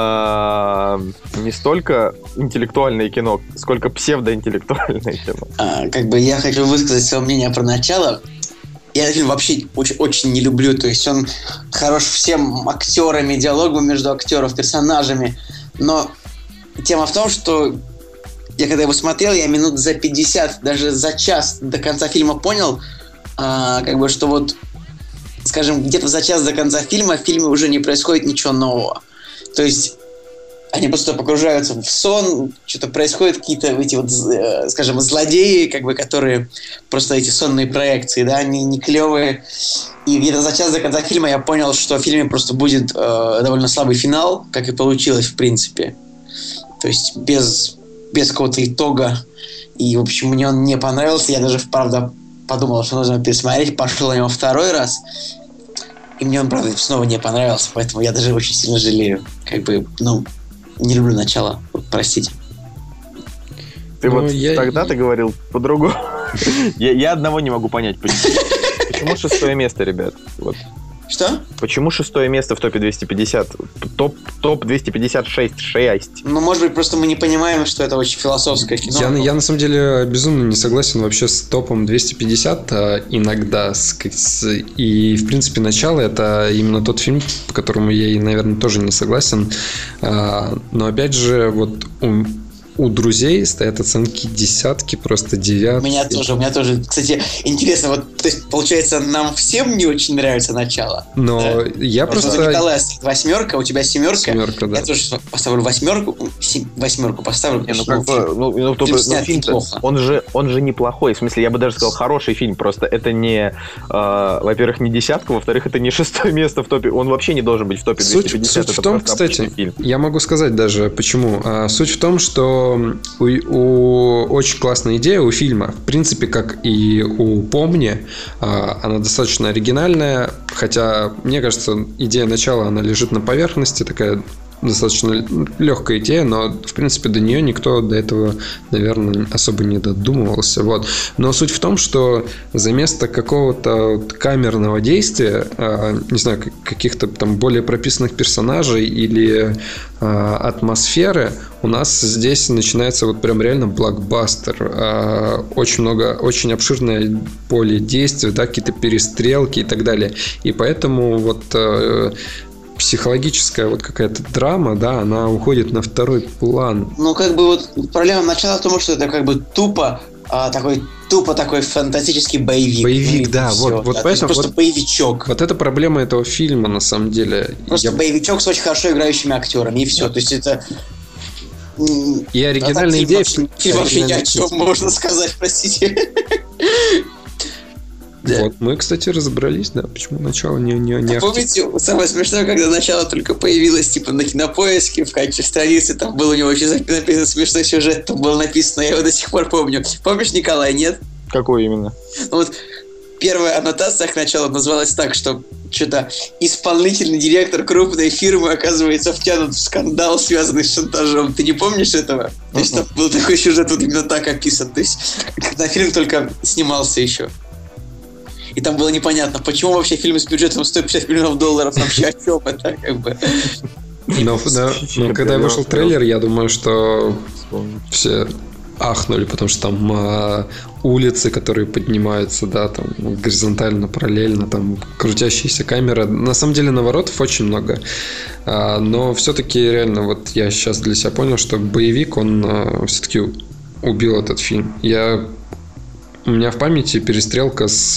э, не столько интеллектуальное кино, сколько псевдоинтеллектуальное кино. А, как бы я хочу высказать свое мнение про начало. Я этот фильм вообще очень, очень не люблю. То есть он хорош всем актерами, диалогом между актеров, персонажами. Но тема в том, что я когда его смотрел, я минут за пятьдесят, даже за час до конца фильма понял, а, как бы, что вот, скажем, где-то за час до конца фильма в фильме уже не происходит ничего нового. То есть они просто погружаются в сон, что-то происходит, какие-то эти вот, скажем, злодеи, как бы, которые просто эти сонные проекции, да, они не клевые. И где-то за час до конца фильма я понял, что в фильме просто будет э, довольно слабый финал, как и получилось, в принципе. То есть без... без какого-то итога. И, в общем, мне он не понравился. Я даже, правда, подумал, что нужно пересмотреть. Пошел на него второй раз. И мне он, правда, снова не понравился, поэтому я даже очень сильно жалею. Как бы, ну, не люблю начало, простите. Ты Ну, вот я- тогда ты говорил по-другому. я, я одного не могу понять. Почему, почему шестое место, ребят? Вот. Что? Почему шестое место в топе двести пятьдесят? Топ, топ двести пятьдесят шесть, шесть. Ну, может быть, просто мы не понимаем, что это очень философское кино. Я, Ну, я на самом деле безумно не согласен вообще с топом двести пятьдесят а, иногда. С, с- и, в принципе, «Начало» — это именно тот фильм, по которому я, и, наверное, тоже не согласен. А, но, опять же, вот у, у «Друзей» стоят оценки десятки, просто У девятки. меня тоже, у меня тоже. Кстати, интересно, вот, то есть, получается, нам всем не очень нравится начало. Но Да. я Просто просто... Николая восьмерка, у тебя семерка. Семерка, да. Я тоже поставлю восьмерку, сем- восьмерку поставлю. Не, ну потому как что, бы, ну, ну, фильм ну, снят фильм-то, неплохо. он же, он же неплохой. В смысле, я бы даже сказал, хороший фильм. Просто это не, э, во-первых, не десятка, во-вторых, это не шестое место в топе. Он вообще не должен быть в топе Суть, двести пятьдесят. суть в это том, просто обычный кстати, фильм. я могу сказать даже почему. А, Суть в том, что у, у- очень классная идея у фильма, в принципе, как и у «Помни», а, она достаточно оригинальная, хотя, мне кажется, идея начала, она лежит на поверхности, такая достаточно легкая идея, но, в принципе, до нее никто до этого, наверное, особо не додумывался. Вот. Но суть в том, что за место какого-то вот камерного действия, а, не знаю, как- каких-то там более прописанных персонажей или а, атмосферы, у нас здесь начинается вот прям реально блокбастер. А, Очень много, очень обширное поле действий, да, какие-то перестрелки и так далее. И поэтому вот э, психологическая вот какая-то драма, да, она уходит на второй план. Ну, как бы вот проблема начала в том, что это как бы тупо а, такой тупо такой фантастический боевик. Боевик, Ну, и да, всё, вот- вот да, то есть поэтому просто вот- боевичок. Вот это проблема этого фильма, на самом деле. Просто Я- боевичок с очень хорошо играющими актерами, и все. То есть это... м, И оригинальная а так идея... фильм вообще- фильм вообще ни о оригинальная- чем, можно сказать, простите. Да. Вот, мы, кстати, разобрались, да, почему начало не, не, не А помните, самое смешное, когда начало только появилось, типа, на Кинопоиске, в качестве страницы, там был у него очень написан смешной сюжет, там было написано, я его до сих пор помню. Помнишь, Николай, нет? Какой именно? Ну вот, первая аннотация к началу называлась так, что что-то исполнительный директор крупной фирмы оказывается втянут в скандал, связанный с шантажом. Ты не помнишь этого? То есть там был такой сюжет, вот именно так описан. То есть, когда фильм только снимался еще. И там было непонятно, почему вообще фильм с бюджетом сто пятьдесят миллионов долларов, вообще о чем это, как бы. Но, да, но когда вышел трейлер, я думаю, что все ахнули, потому что там а, улицы, которые поднимаются, да, там горизонтально, параллельно, там крутящаяся камера. На самом деле наворотов очень много. А, но все-таки реально, вот я сейчас для себя понял, что боевик, он а, все-таки убил этот фильм. Я У меня в памяти перестрелка с,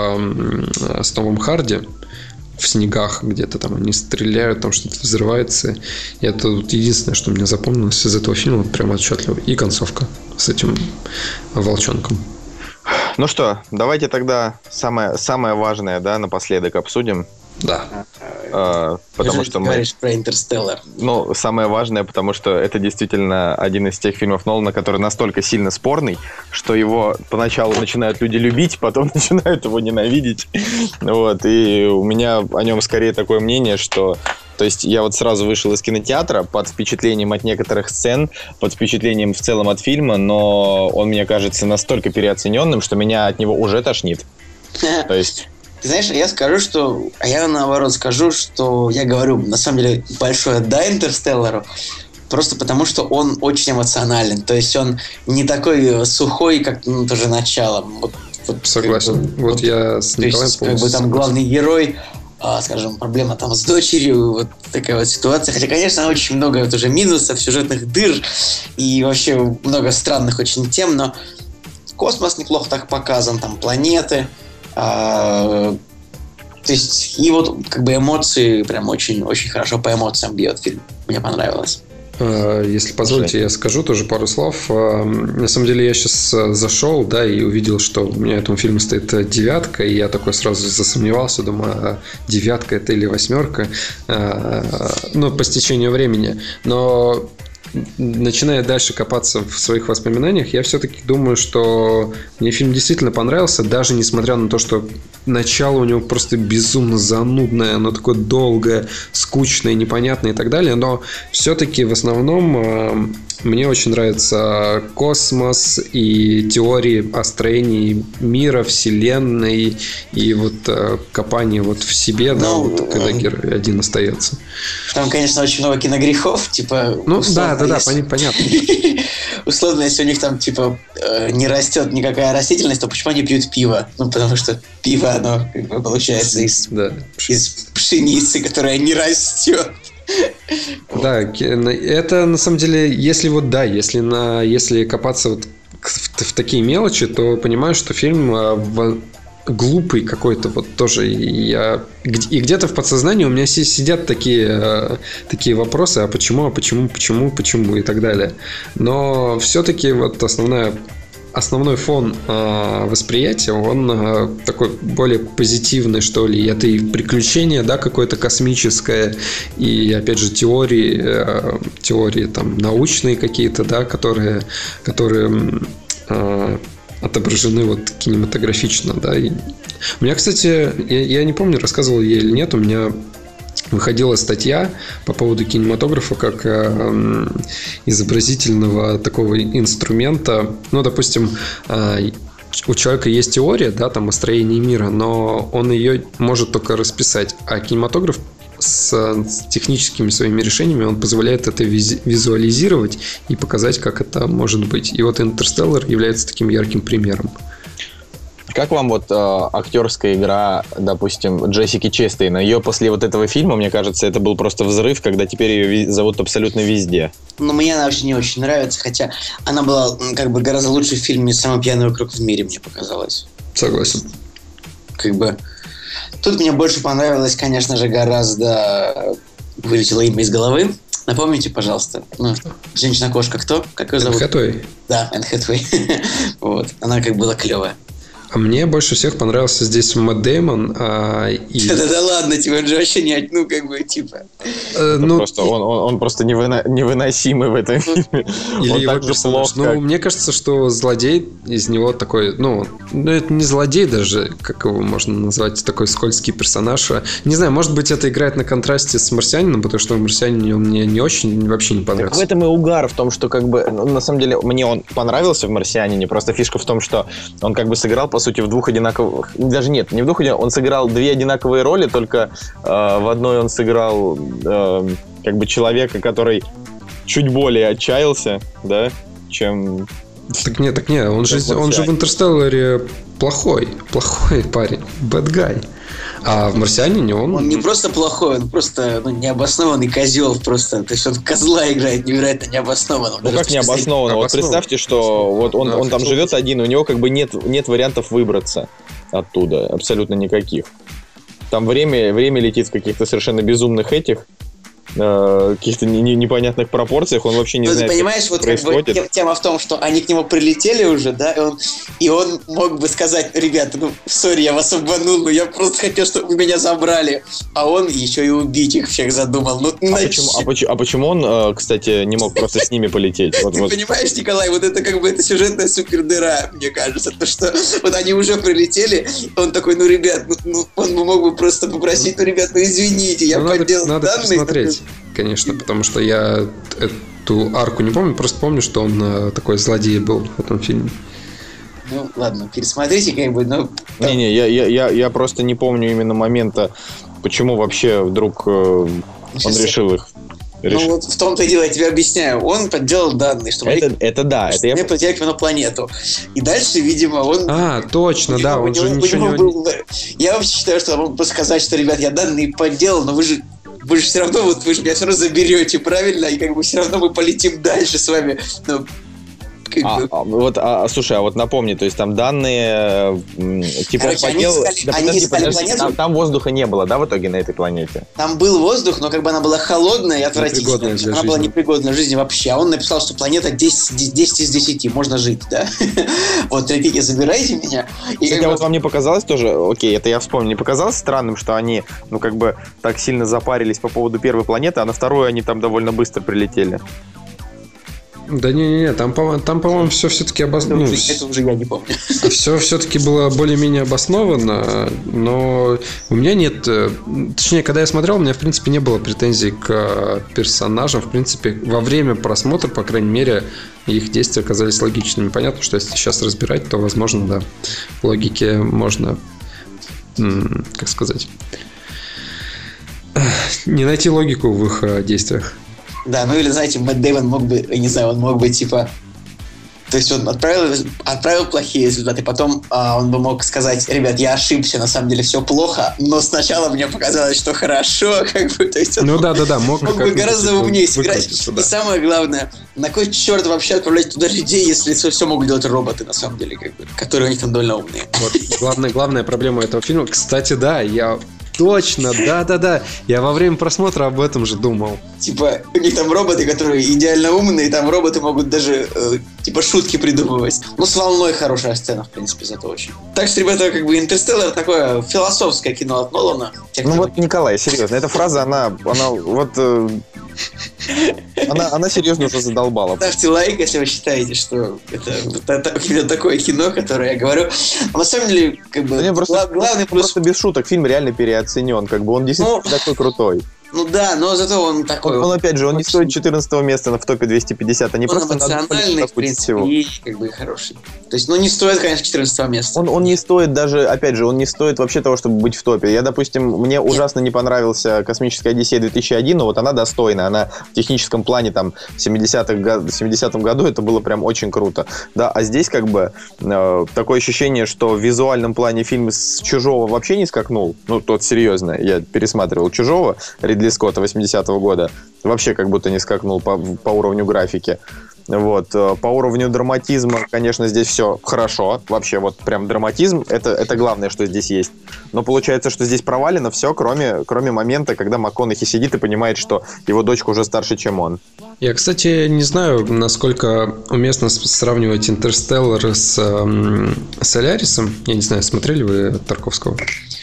э, с Томом Харди в снегах, где-то там они стреляют, там что-то взрывается. И это вот единственное, что мне запомнилось из этого фильма, вот прям отчетливо. И концовка с этим волчонком. Ну что, давайте тогда самое, самое важное, да, напоследок обсудим. Да. Э, потому Неужели что ты мы... говоришь про «Интерстеллар». Ну, самое важное, потому что это действительно один из тех фильмов Нолана, который настолько сильно спорный, что его поначалу начинают люди любить, потом начинают его ненавидеть. Вот, и у меня о нем скорее такое мнение, что... То есть я вот сразу вышел из кинотеатра под впечатлением от некоторых сцен, под впечатлением в целом от фильма, но он мне кажется настолько переоцененным, что меня от него уже тошнит. То есть... Ты знаешь, я скажу, что... А я наоборот скажу, что я говорю, на самом деле, большое «да» «Интерстеллару», просто потому, что он очень эмоционален. То есть он не такой сухой, как ну, тоже «Начало». Вот, вот, Согласен. как бы, Вот я с то есть, Николаем как бы полностью там главный герой, а, скажем, проблема там с дочерью, вот такая вот ситуация. Хотя, конечно, очень много вот уже минусов, сюжетных дыр и вообще много странных очень тем, но космос неплохо так показан, там планеты. А, то есть, и вот как бы эмоции прям очень-очень хорошо по эмоциям бьет фильм. Мне понравилось. Если позволите, я скажу тоже пару слов. На самом деле я сейчас зашел, да, и увидел, что у меня этому фильму стоит девятка, и я такой сразу засомневался, думаю, а девятка это или восьмерка, ну, по стечению времени. Но начиная дальше копаться в своих воспоминаниях, я все-таки думаю, что мне фильм действительно понравился, даже несмотря на то, что начало у него просто безумно занудное, оно такое долгое, скучное, непонятное и так далее, но все-таки в основном э, мне очень нравится космос и теории о строении мира, вселенной и вот э, копание вот в себе, да, Ну, вот, когда герой один остается. Там, конечно, очень много киногрехов, типа... Ну, условно, да, да, да, если- пони- понятно. Условно, если у них там, типа, э, не растет никакая растительность, то почему они пьют пиво? Ну, потому что пиво, оно, как бы, получается из, Да. из пшеницы, которая не растет. Да, ки- на- это на самом деле, если вот да, если на, если копаться вот к- в, в такие мелочи, то понимаю, что фильм а, в- глупый какой-то вот тоже. И я г- и где-то в подсознании у меня си- сидят такие а, такие вопросы, а почему, а почему, почему, почему и так далее. Но все-таки вот основная Основной фон э, восприятия, он э, такой более позитивный, что ли. Это и приключение, да, какое-то космическое, и, опять же, теории, э, теории там научные какие-то, да, которые, которые э, отображены вот кинематографично, да. И у меня, кстати, я, я не помню, рассказывал я или нет, у меня выходила статья по поводу кинематографа как э, изобразительного такого инструмента. Ну, допустим, э, у человека есть теория, да, там, о строении мира, но он ее может только расписать. А кинематограф с, с техническими своими решениями, он позволяет это виз, визуализировать и показать, как это может быть. И вот «Интерстеллар» является таким ярким примером. Как вам вот э, актерская игра, допустим, Джессики Честейн? Ее после вот этого фильма, мне кажется, это был просто взрыв, когда теперь ее ви- зовут абсолютно везде. Но мне она вообще не очень нравится, хотя она была м, как бы гораздо лучше в фильме «Самый пьяный округ в мире», мне показалось. Согласен. Как бы... Тут мне больше понравилось, конечно же, гораздо... Вылетело имя из головы. Напомните, пожалуйста. Ну, женщина-кошка кто? Как ее зовут? Энн Хэтэуэй. Да, Энн Хэтэуэй. Вот. Она как была клевая. А мне больше всех понравился здесь Мэтт Дэймон. А, и... Да-да-да, ладно, тебе он же вообще не... Ну, как бы, типа... Э, Это ну, просто, он, он, он просто невына- невыносимый в этом фильме. или Он его так же персонаж. плох, Ну, как- мне кажется, что злодей из него такой, ну, ну, это не злодей даже, как его можно назвать, такой скользкий персонаж. А, не знаю, может быть, это играет на контрасте с «Марсианином», потому что «Марсианин» он мне не очень, вообще не Так понравился. в этом и угар, в том, что как бы, ну, на самом деле, мне он понравился в «Марсианине», просто фишка в том, что он как бы сыграл, по сути, в двух одинаковых, даже нет, не в двух одинаковых, он сыграл две одинаковые роли, только э, в одной он сыграл э, как бы человека, который чуть более отчаялся, да, чем... Так нет, так нет, он, же, Как он же в «Марсианин». «Интерстелларе» плохой, плохой парень, bad guy. А в «Марсианине» он... Он не просто плохой, он просто ну, необоснованный козел просто. То есть он козла играет невероятно необоснованно. Ну как необоснованно? Вот Обоснованно. представьте, что вот он, Да, он там хотел живет бы. один, у него как бы нет, нет вариантов выбраться оттуда, абсолютно никаких. Там время, время летит в каких-то совершенно безумных этих, э, каких-то не- не- непонятных пропорциях, он вообще не Ну, ты знает, понимаешь, что вот как бы происходит. тем- тема в том, что они к нему прилетели уже, да, и он, и он мог бы сказать: ребята, ну, сори, я вас обманул, но я просто хотел, чтобы вы меня забрали. А он еще и убить их всех задумал. Ну, А нач- почему, а, почему, а почему он, э, кстати, не мог просто с ними полететь? Вот, Ты вот. понимаешь, Николай, вот это как бы это сюжетная супердыра, мне кажется. То, что вот они уже прилетели, он такой: ну, ребят, ну, ну, он бы мог бы просто попросить: ну, ребят, ну, извините, я Ну, надо, подделал надо данные. посмотреть, конечно, потому что я эту арку не помню, просто помню, что он э, такой злодей был в этом фильме. Ну, ладно, пересмотрите, как бы, ну... Не-не, я, я, я, я просто не помню именно момента, почему вообще вдруг э, он Сейчас я- решил их... Ну, решил. вот в том-то и дело, я тебе объясняю. Он подделал данные, чтобы Это, они это да, это я... не полетели на планету. И дальше, видимо, он... А, точно, у да, него- он у же него- у ничего него не... был- Я вообще считаю, что он мог бы сказать, что, ребят, я данные подделал, но вы же вы же все равно, вот вы же меня все равно заберете, правильно? И как бы все равно мы полетим дальше с вами. Ну, как А, бы... а, вот, а, слушай, а вот напомни, то есть там данные м, типа Короче, они подел- искали- да они подожди, искали подожди, планету? там, там воздуха не было, да, в итоге на этой планете? Там был воздух, но как бы она была холодная и отвратительная. Непригодная для Она была жизни. непригодна для жизни вообще. А он написал, что планета десять, десять из десяти, можно жить, да? Вот, такие, забирайте меня. И Кстати, как а бы- вот вам не показалось тоже, окей, это я вспомнил, не показалось странным, что они, ну, как бы, так сильно запарились по поводу первой планеты, а на вторую они там довольно быстро прилетели? Да не-не-не, там, по- там по-моему, все все-таки обосновано. Это, уже- это уже я не помню. Все все-таки было более-менее обосновано, но у меня нет... Точнее, когда я смотрел, у меня, в принципе, не было претензий к персонажам. В принципе, во время просмотра, по крайней мере, их действия оказались логичными. Понятно, что если сейчас разбирать, то, возможно, да, в логике можно, как сказать, не найти логику в их действиях. Да, ну или, знаете, Мэтт Дэймон мог бы, я не знаю, он мог бы, типа... То есть он отправил, отправил плохие результаты, потом а, он бы мог сказать: ребят, я ошибся, на самом деле все плохо, но сначала мне показалось, что хорошо, как бы, то есть он ну мог, да, да, да, мог, мог бы гораздо умнее сыграть. Да. И самое главное, на кой черт вообще отправлять туда людей, если все, все могут делать роботы, на самом деле, как бы, которые у них там довольно умные. Вот, главная, главная проблема этого фильма, кстати, да, я... Точно, да-да-да. Я во время просмотра об этом же думал. Типа, у них там роботы, которые идеально умные, там роботы могут даже, э, типа, шутки придумывать. Ну, с волной хорошая сцена, в принципе, зато очень. Так что, ребята, как бы «Интерстеллар» такое философское кино от Нолана. Те, Ну кто... вот, Николай, серьезно, эта фраза, она, она вот... э, Она, она серьезно уже задолбала. Ставьте лайк, если вы считаете, что это, это, это такое кино, которое я говорю. Но на самом деле, как бы, Да, просто, гла- главный плюс... просто без шуток, фильм реально переоценен. Как бы он действительно Ну, такой крутой. Ну да, но зато он такой... Он, он опять же, он не очень- стоит четырнадцатого места в топе двести пятьдесят. Они Он просто надо эмоциональный, в допустить принципе, всего. и как бы хороший. То есть, ну не стоит, конечно, четырнадцатого места. Он, он не стоит даже, опять же, он не стоит вообще того, чтобы быть в топе. Я, допустим, мне ужасно не понравился «Космическая Одиссея» две тысячи один, но вот она достойна. Она в техническом плане там в семидесятых, в семидесятом году это было прям очень круто. Да, а здесь как бы э, такое ощущение, что в визуальном плане фильм с «Чужого» вообще не скакнул. Ну, тот серьезно. Я пересматривал «Чужого» Ридли Скотта восьмидесятого года. Вообще как будто не скакнул по, по уровню графики. Вот. По уровню драматизма, конечно, здесь все хорошо. Вообще, вот прям драматизм, это, это главное, что здесь есть. Но получается, что здесь провалено все, кроме, кроме момента, когда МакКонахи сидит и понимает, что его дочка уже старше, чем он. Я, кстати, не знаю, насколько уместно с- сравнивать «Интерстеллар» с эм, «Солярисом». Я не знаю, смотрели вы Тарковского?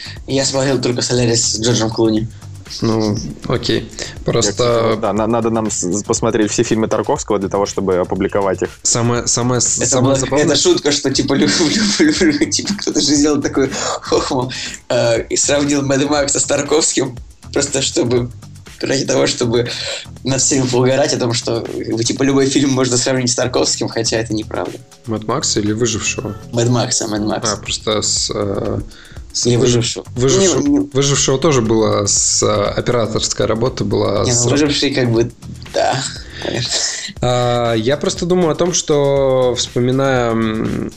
Я смотрел только «Солярис» с Джорджем Клуни. Ну, окей. Я, Просто кстати, да, на- надо нам с- посмотреть все фильмы Тарковского для того, чтобы опубликовать их. самое, самое, Это самое была забавное... какая-то шутка, что типа, люблю, люблю, люблю, типа кто-то же сделал такой хохму э, и сравнил Мэд Макса с Тарковским, просто чтобы ради того, чтобы над всеми поугарать о том, что как бы, типа любой фильм можно сравнить с Тарковским, хотя это неправда. Мэд Макса или «Выжившего»? Мэд Макса, Мэд Макс. А, просто с... э, с Или выжив- «Выжившего». Выжившего, Не, не, «Выжившего» тоже была с... э, операторская работа была не, с... ну, «Выживший» как бы, да, конечно. А, я просто думаю о том, что вспоминая, м,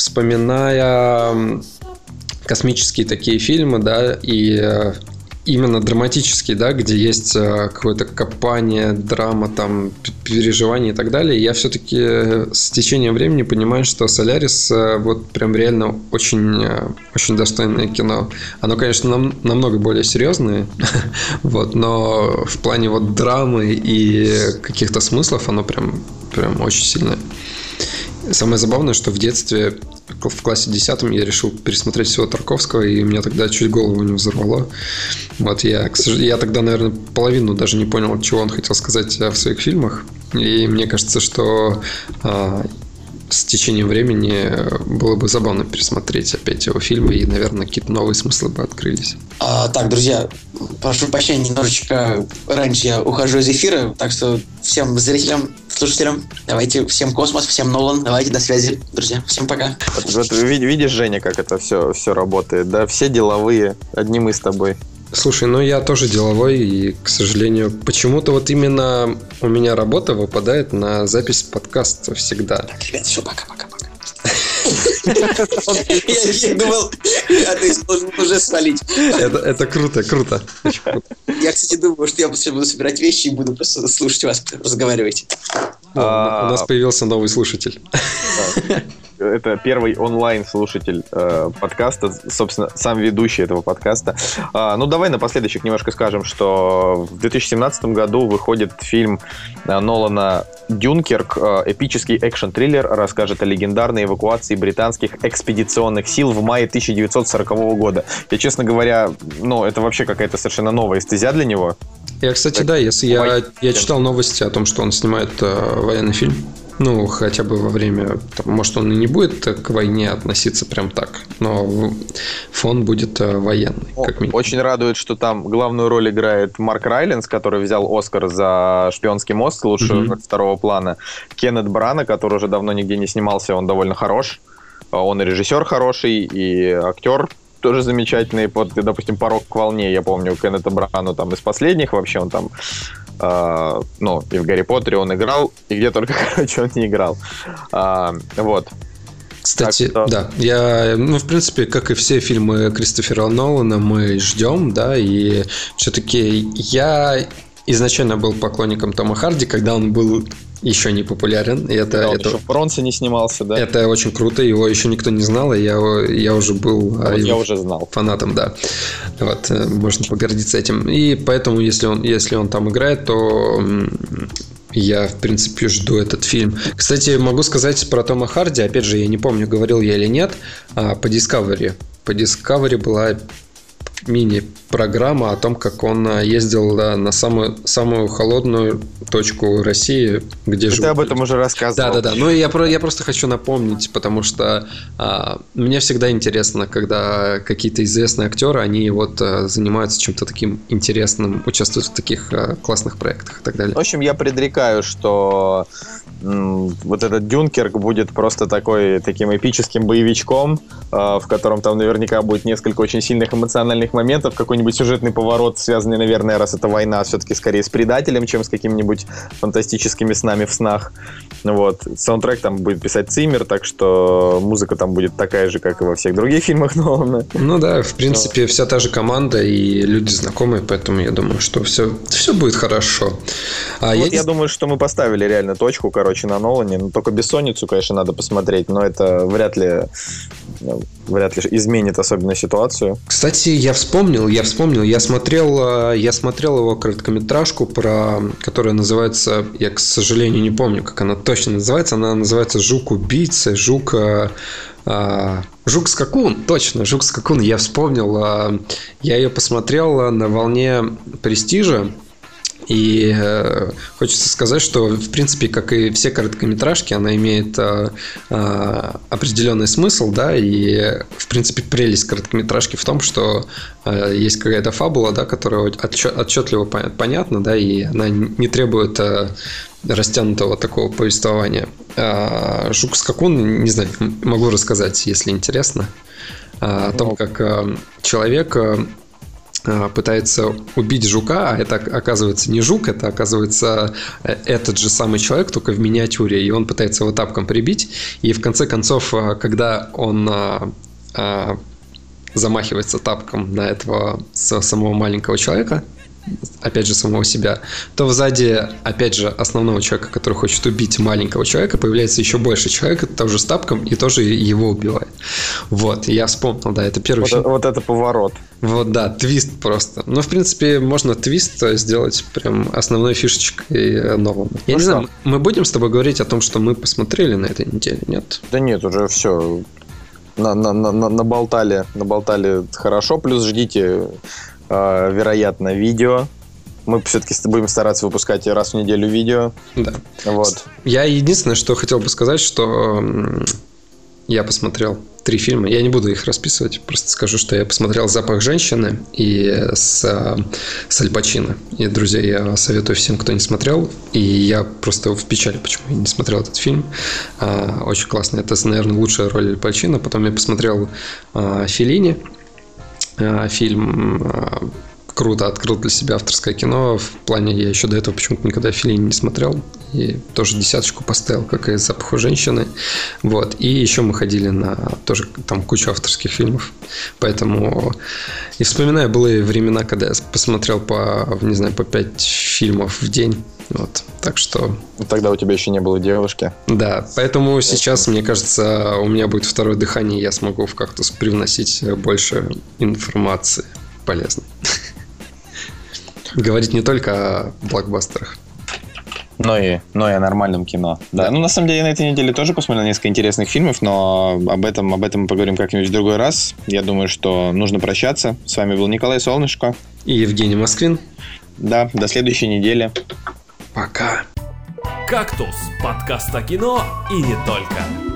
вспоминая м, космические такие фильмы, да, и э, именно драматические, да, где есть э, какое-то копание, драма, там, п- переживания и так далее, я все-таки с течением времени понимаю, что «Солярис» э, вот прям реально очень, э, очень достойное кино. Оно, конечно, нам- намного более серьезное, вот, но в плане вот драмы и каких-то смыслов оно прям, прям очень сильное. Самое забавное, что в детстве, в классе десятом, я решил пересмотреть всего Тарковского, и меня тогда чуть голову не взорвало. Вот я, к сожалению, я тогда, наверное, половину даже не понял, чего он хотел сказать в своих фильмах. И мне кажется, что а, с течением времени было бы забавно пересмотреть опять его фильмы, и, наверное, какие-то новые смыслы бы открылись. А, так, друзья, прошу прощения, немножечко раньше я ухожу из эфира, так что всем зрителям, слушателям, давайте, всем космос, всем Нолан, давайте, до связи, друзья, всем пока. Вот, вот ви- видишь, Женя, как это все, все работает, да? Все деловые, одни мы с тобой. Слушай, ну я тоже деловой, и, к сожалению, почему-то вот именно у меня работа выпадает на запись подкаста всегда. Так, ребят, все, пока-пока-пока. Я думал, а ты должен уже свалить. Это, это круто, круто. Очень круто. Я, кстати, думаю, что я после буду собирать вещи и буду просто слушать вас, разговариваете. О, у нас появился новый слушатель. Это первый онлайн-слушатель э, подкаста, собственно, сам ведущий этого подкаста. А, ну, давай напоследочек немножко скажем, что в две тысячи семнадцатом году выходит фильм э, Нолана «Дюнкерк». Э, эпический экшн-триллер расскажет о легендарной эвакуации британских экспедиционных сил в мае тысяча девятьсот сорокового года. Я, честно говоря, ну, это вообще какая-то совершенно новая эстезия для него. Я, кстати, да, если я, я читал новости о том, что он снимает э, военный фильм. Ну, хотя бы во время... Там, может, он и не будет к войне относиться прям так, но фон будет военный, как минимум. Очень радует, что там главную роль играет Марк Райленс, который взял Оскар за «Шпионский мост», лучшую роль второго плана. Кеннет Брана, который уже давно нигде не снимался, он довольно хорош. Он и режиссер хороший, и актер тоже замечательный. Вот, допустим, «Порог к волне», я помню, Кеннета Брану там из последних вообще, он там... Uh, ну, и в «Гарри Поттере» он играл, и где только, короче, он не играл. Uh, вот. Кстати, что... да, я, ну, в принципе, как и все фильмы Кристофера Нолана, мы ждем, да, и все-таки я изначально был поклонником Тома Харди, когда он был еще не популярен. И это, да, он это, еще в «Бронсе» не снимался, да? Это очень круто, его еще никто не знал, и я, я уже был а вот я уже знал. Фанатом, да. Вот, можно погордиться этим. И поэтому, если он, если он там играет, то я, в принципе, жду этот фильм. Кстати, могу сказать про Тома Харди, опять же, я не помню, говорил я или нет, по Discovery. По Discovery была мини-программа о том, как он ездил на самую, самую холодную точку России, где живут. Ты об этом уже рассказывал. Да, да, да. Ну, я, я просто хочу напомнить, потому что а, мне всегда интересно, когда какие-то известные актеры, они вот а, занимаются чем-то таким интересным, участвуют в таких а, классных проектах и так далее. В общем, я предрекаю, что м- вот этот Дюнкерк будет просто такой, таким эпическим боевичком, а, в котором там наверняка будет несколько очень сильных эмоциональных моментов, какой-нибудь сюжетный поворот, связанный, наверное, раз это война, все-таки скорее с предателем, чем с какими-нибудь фантастическими снами в снах. Вот. Саундтрек там будет писать Циммер, так что музыка там будет такая же, как и во всех других фильмах Нолана. Ну да, в принципе, Но... вся та же команда и люди знакомые, поэтому я думаю, что все, все будет хорошо. А вот я... я думаю, что мы поставили реально точку, короче, на Нолане. Ну, только «Бессонницу», конечно, надо посмотреть, но это вряд ли, вряд ли изменит особенно ситуацию. Кстати, я вспомнил, я вспомнил, я смотрел, я смотрел его короткометражку, про, которая называется, я, к сожалению, не помню, как она точно называется, она называется «Жук-убийца», «Жук...» а, «Жук-скакун», точно, «Жук-скакун», я вспомнил, а, я ее посмотрел на волне «Престижа». И э, хочется сказать, что, в принципе, как и все короткометражки, она имеет э, э, определенный смысл, да, и, в принципе, прелесть короткометражки в том, что э, есть какая-то фабула, да, которая отчет, отчетливо понятна, да, и она не требует э, растянутого такого повествования. А «Жук-скакун», не знаю, могу рассказать, если интересно, о том, как э, человек... Э, пытается убить жука, а это оказывается не жук, это оказывается этот же самый человек, только в миниатюре, и он пытается его тапком прибить, и в конце концов, когда он замахивается тапком на этого самого маленького человека, опять же, самого себя, то сзади, опять же, основного человека, который хочет убить маленького человека, появляется еще больше человека, тоже с тапком, и тоже его убивает. Вот, я вспомнил, да, это первый вот фильм. Это, вот это поворот. Вот, да, твист просто. Ну, в принципе, можно твист сделать прям основной фишечкой новым. Я ну не что? знаю, мы будем с тобой говорить о том, что мы посмотрели на этой неделе, нет? Да нет, уже все. На, на, на, наболтали, наболтали хорошо, плюс ждите... вероятно, видео. Мы все-таки будем стараться выпускать раз в неделю видео. Да. Вот. Я единственное, что хотел бы сказать, что я посмотрел три фильма. Я не буду их расписывать, просто скажу, что я посмотрел «Запах женщины» и с, с Аль Пачино. И, друзья, я советую всем, кто не смотрел. И я просто в печали, почему я не смотрел этот фильм. Очень классно. Это, наверное, лучшая роль Аль Пачино. Потом я посмотрел Феллини. Фильм круто открыл для себя авторское кино. В плане, я еще до этого почему-то никогда Феллини не смотрел. И тоже десяточку поставил, как и «Запаху женщины». Вот. И еще мы ходили на тоже там кучу авторских фильмов. Поэтому и вспоминаю былые времена, когда я посмотрел по, не знаю, по пять фильмов в день. Вот. Так что... Тогда у тебя еще не было девушки. Да, поэтому сейчас, мне кажется, у меня будет второе дыхание, и я смогу в «Кактус» привносить больше информации полезной. Говорить не только о блокбастерах. Но и, но и о нормальном кино. Да. Да. Ну, на самом деле, я на этой неделе тоже посмотрел несколько интересных фильмов, но об этом, об этом мы поговорим как-нибудь в другой раз. Я думаю, что нужно прощаться. С вами был Николай Солнышко. И Евгений Москвин. Да, до следующей недели. Пока. «Кактус» — подкаст о кино и не только.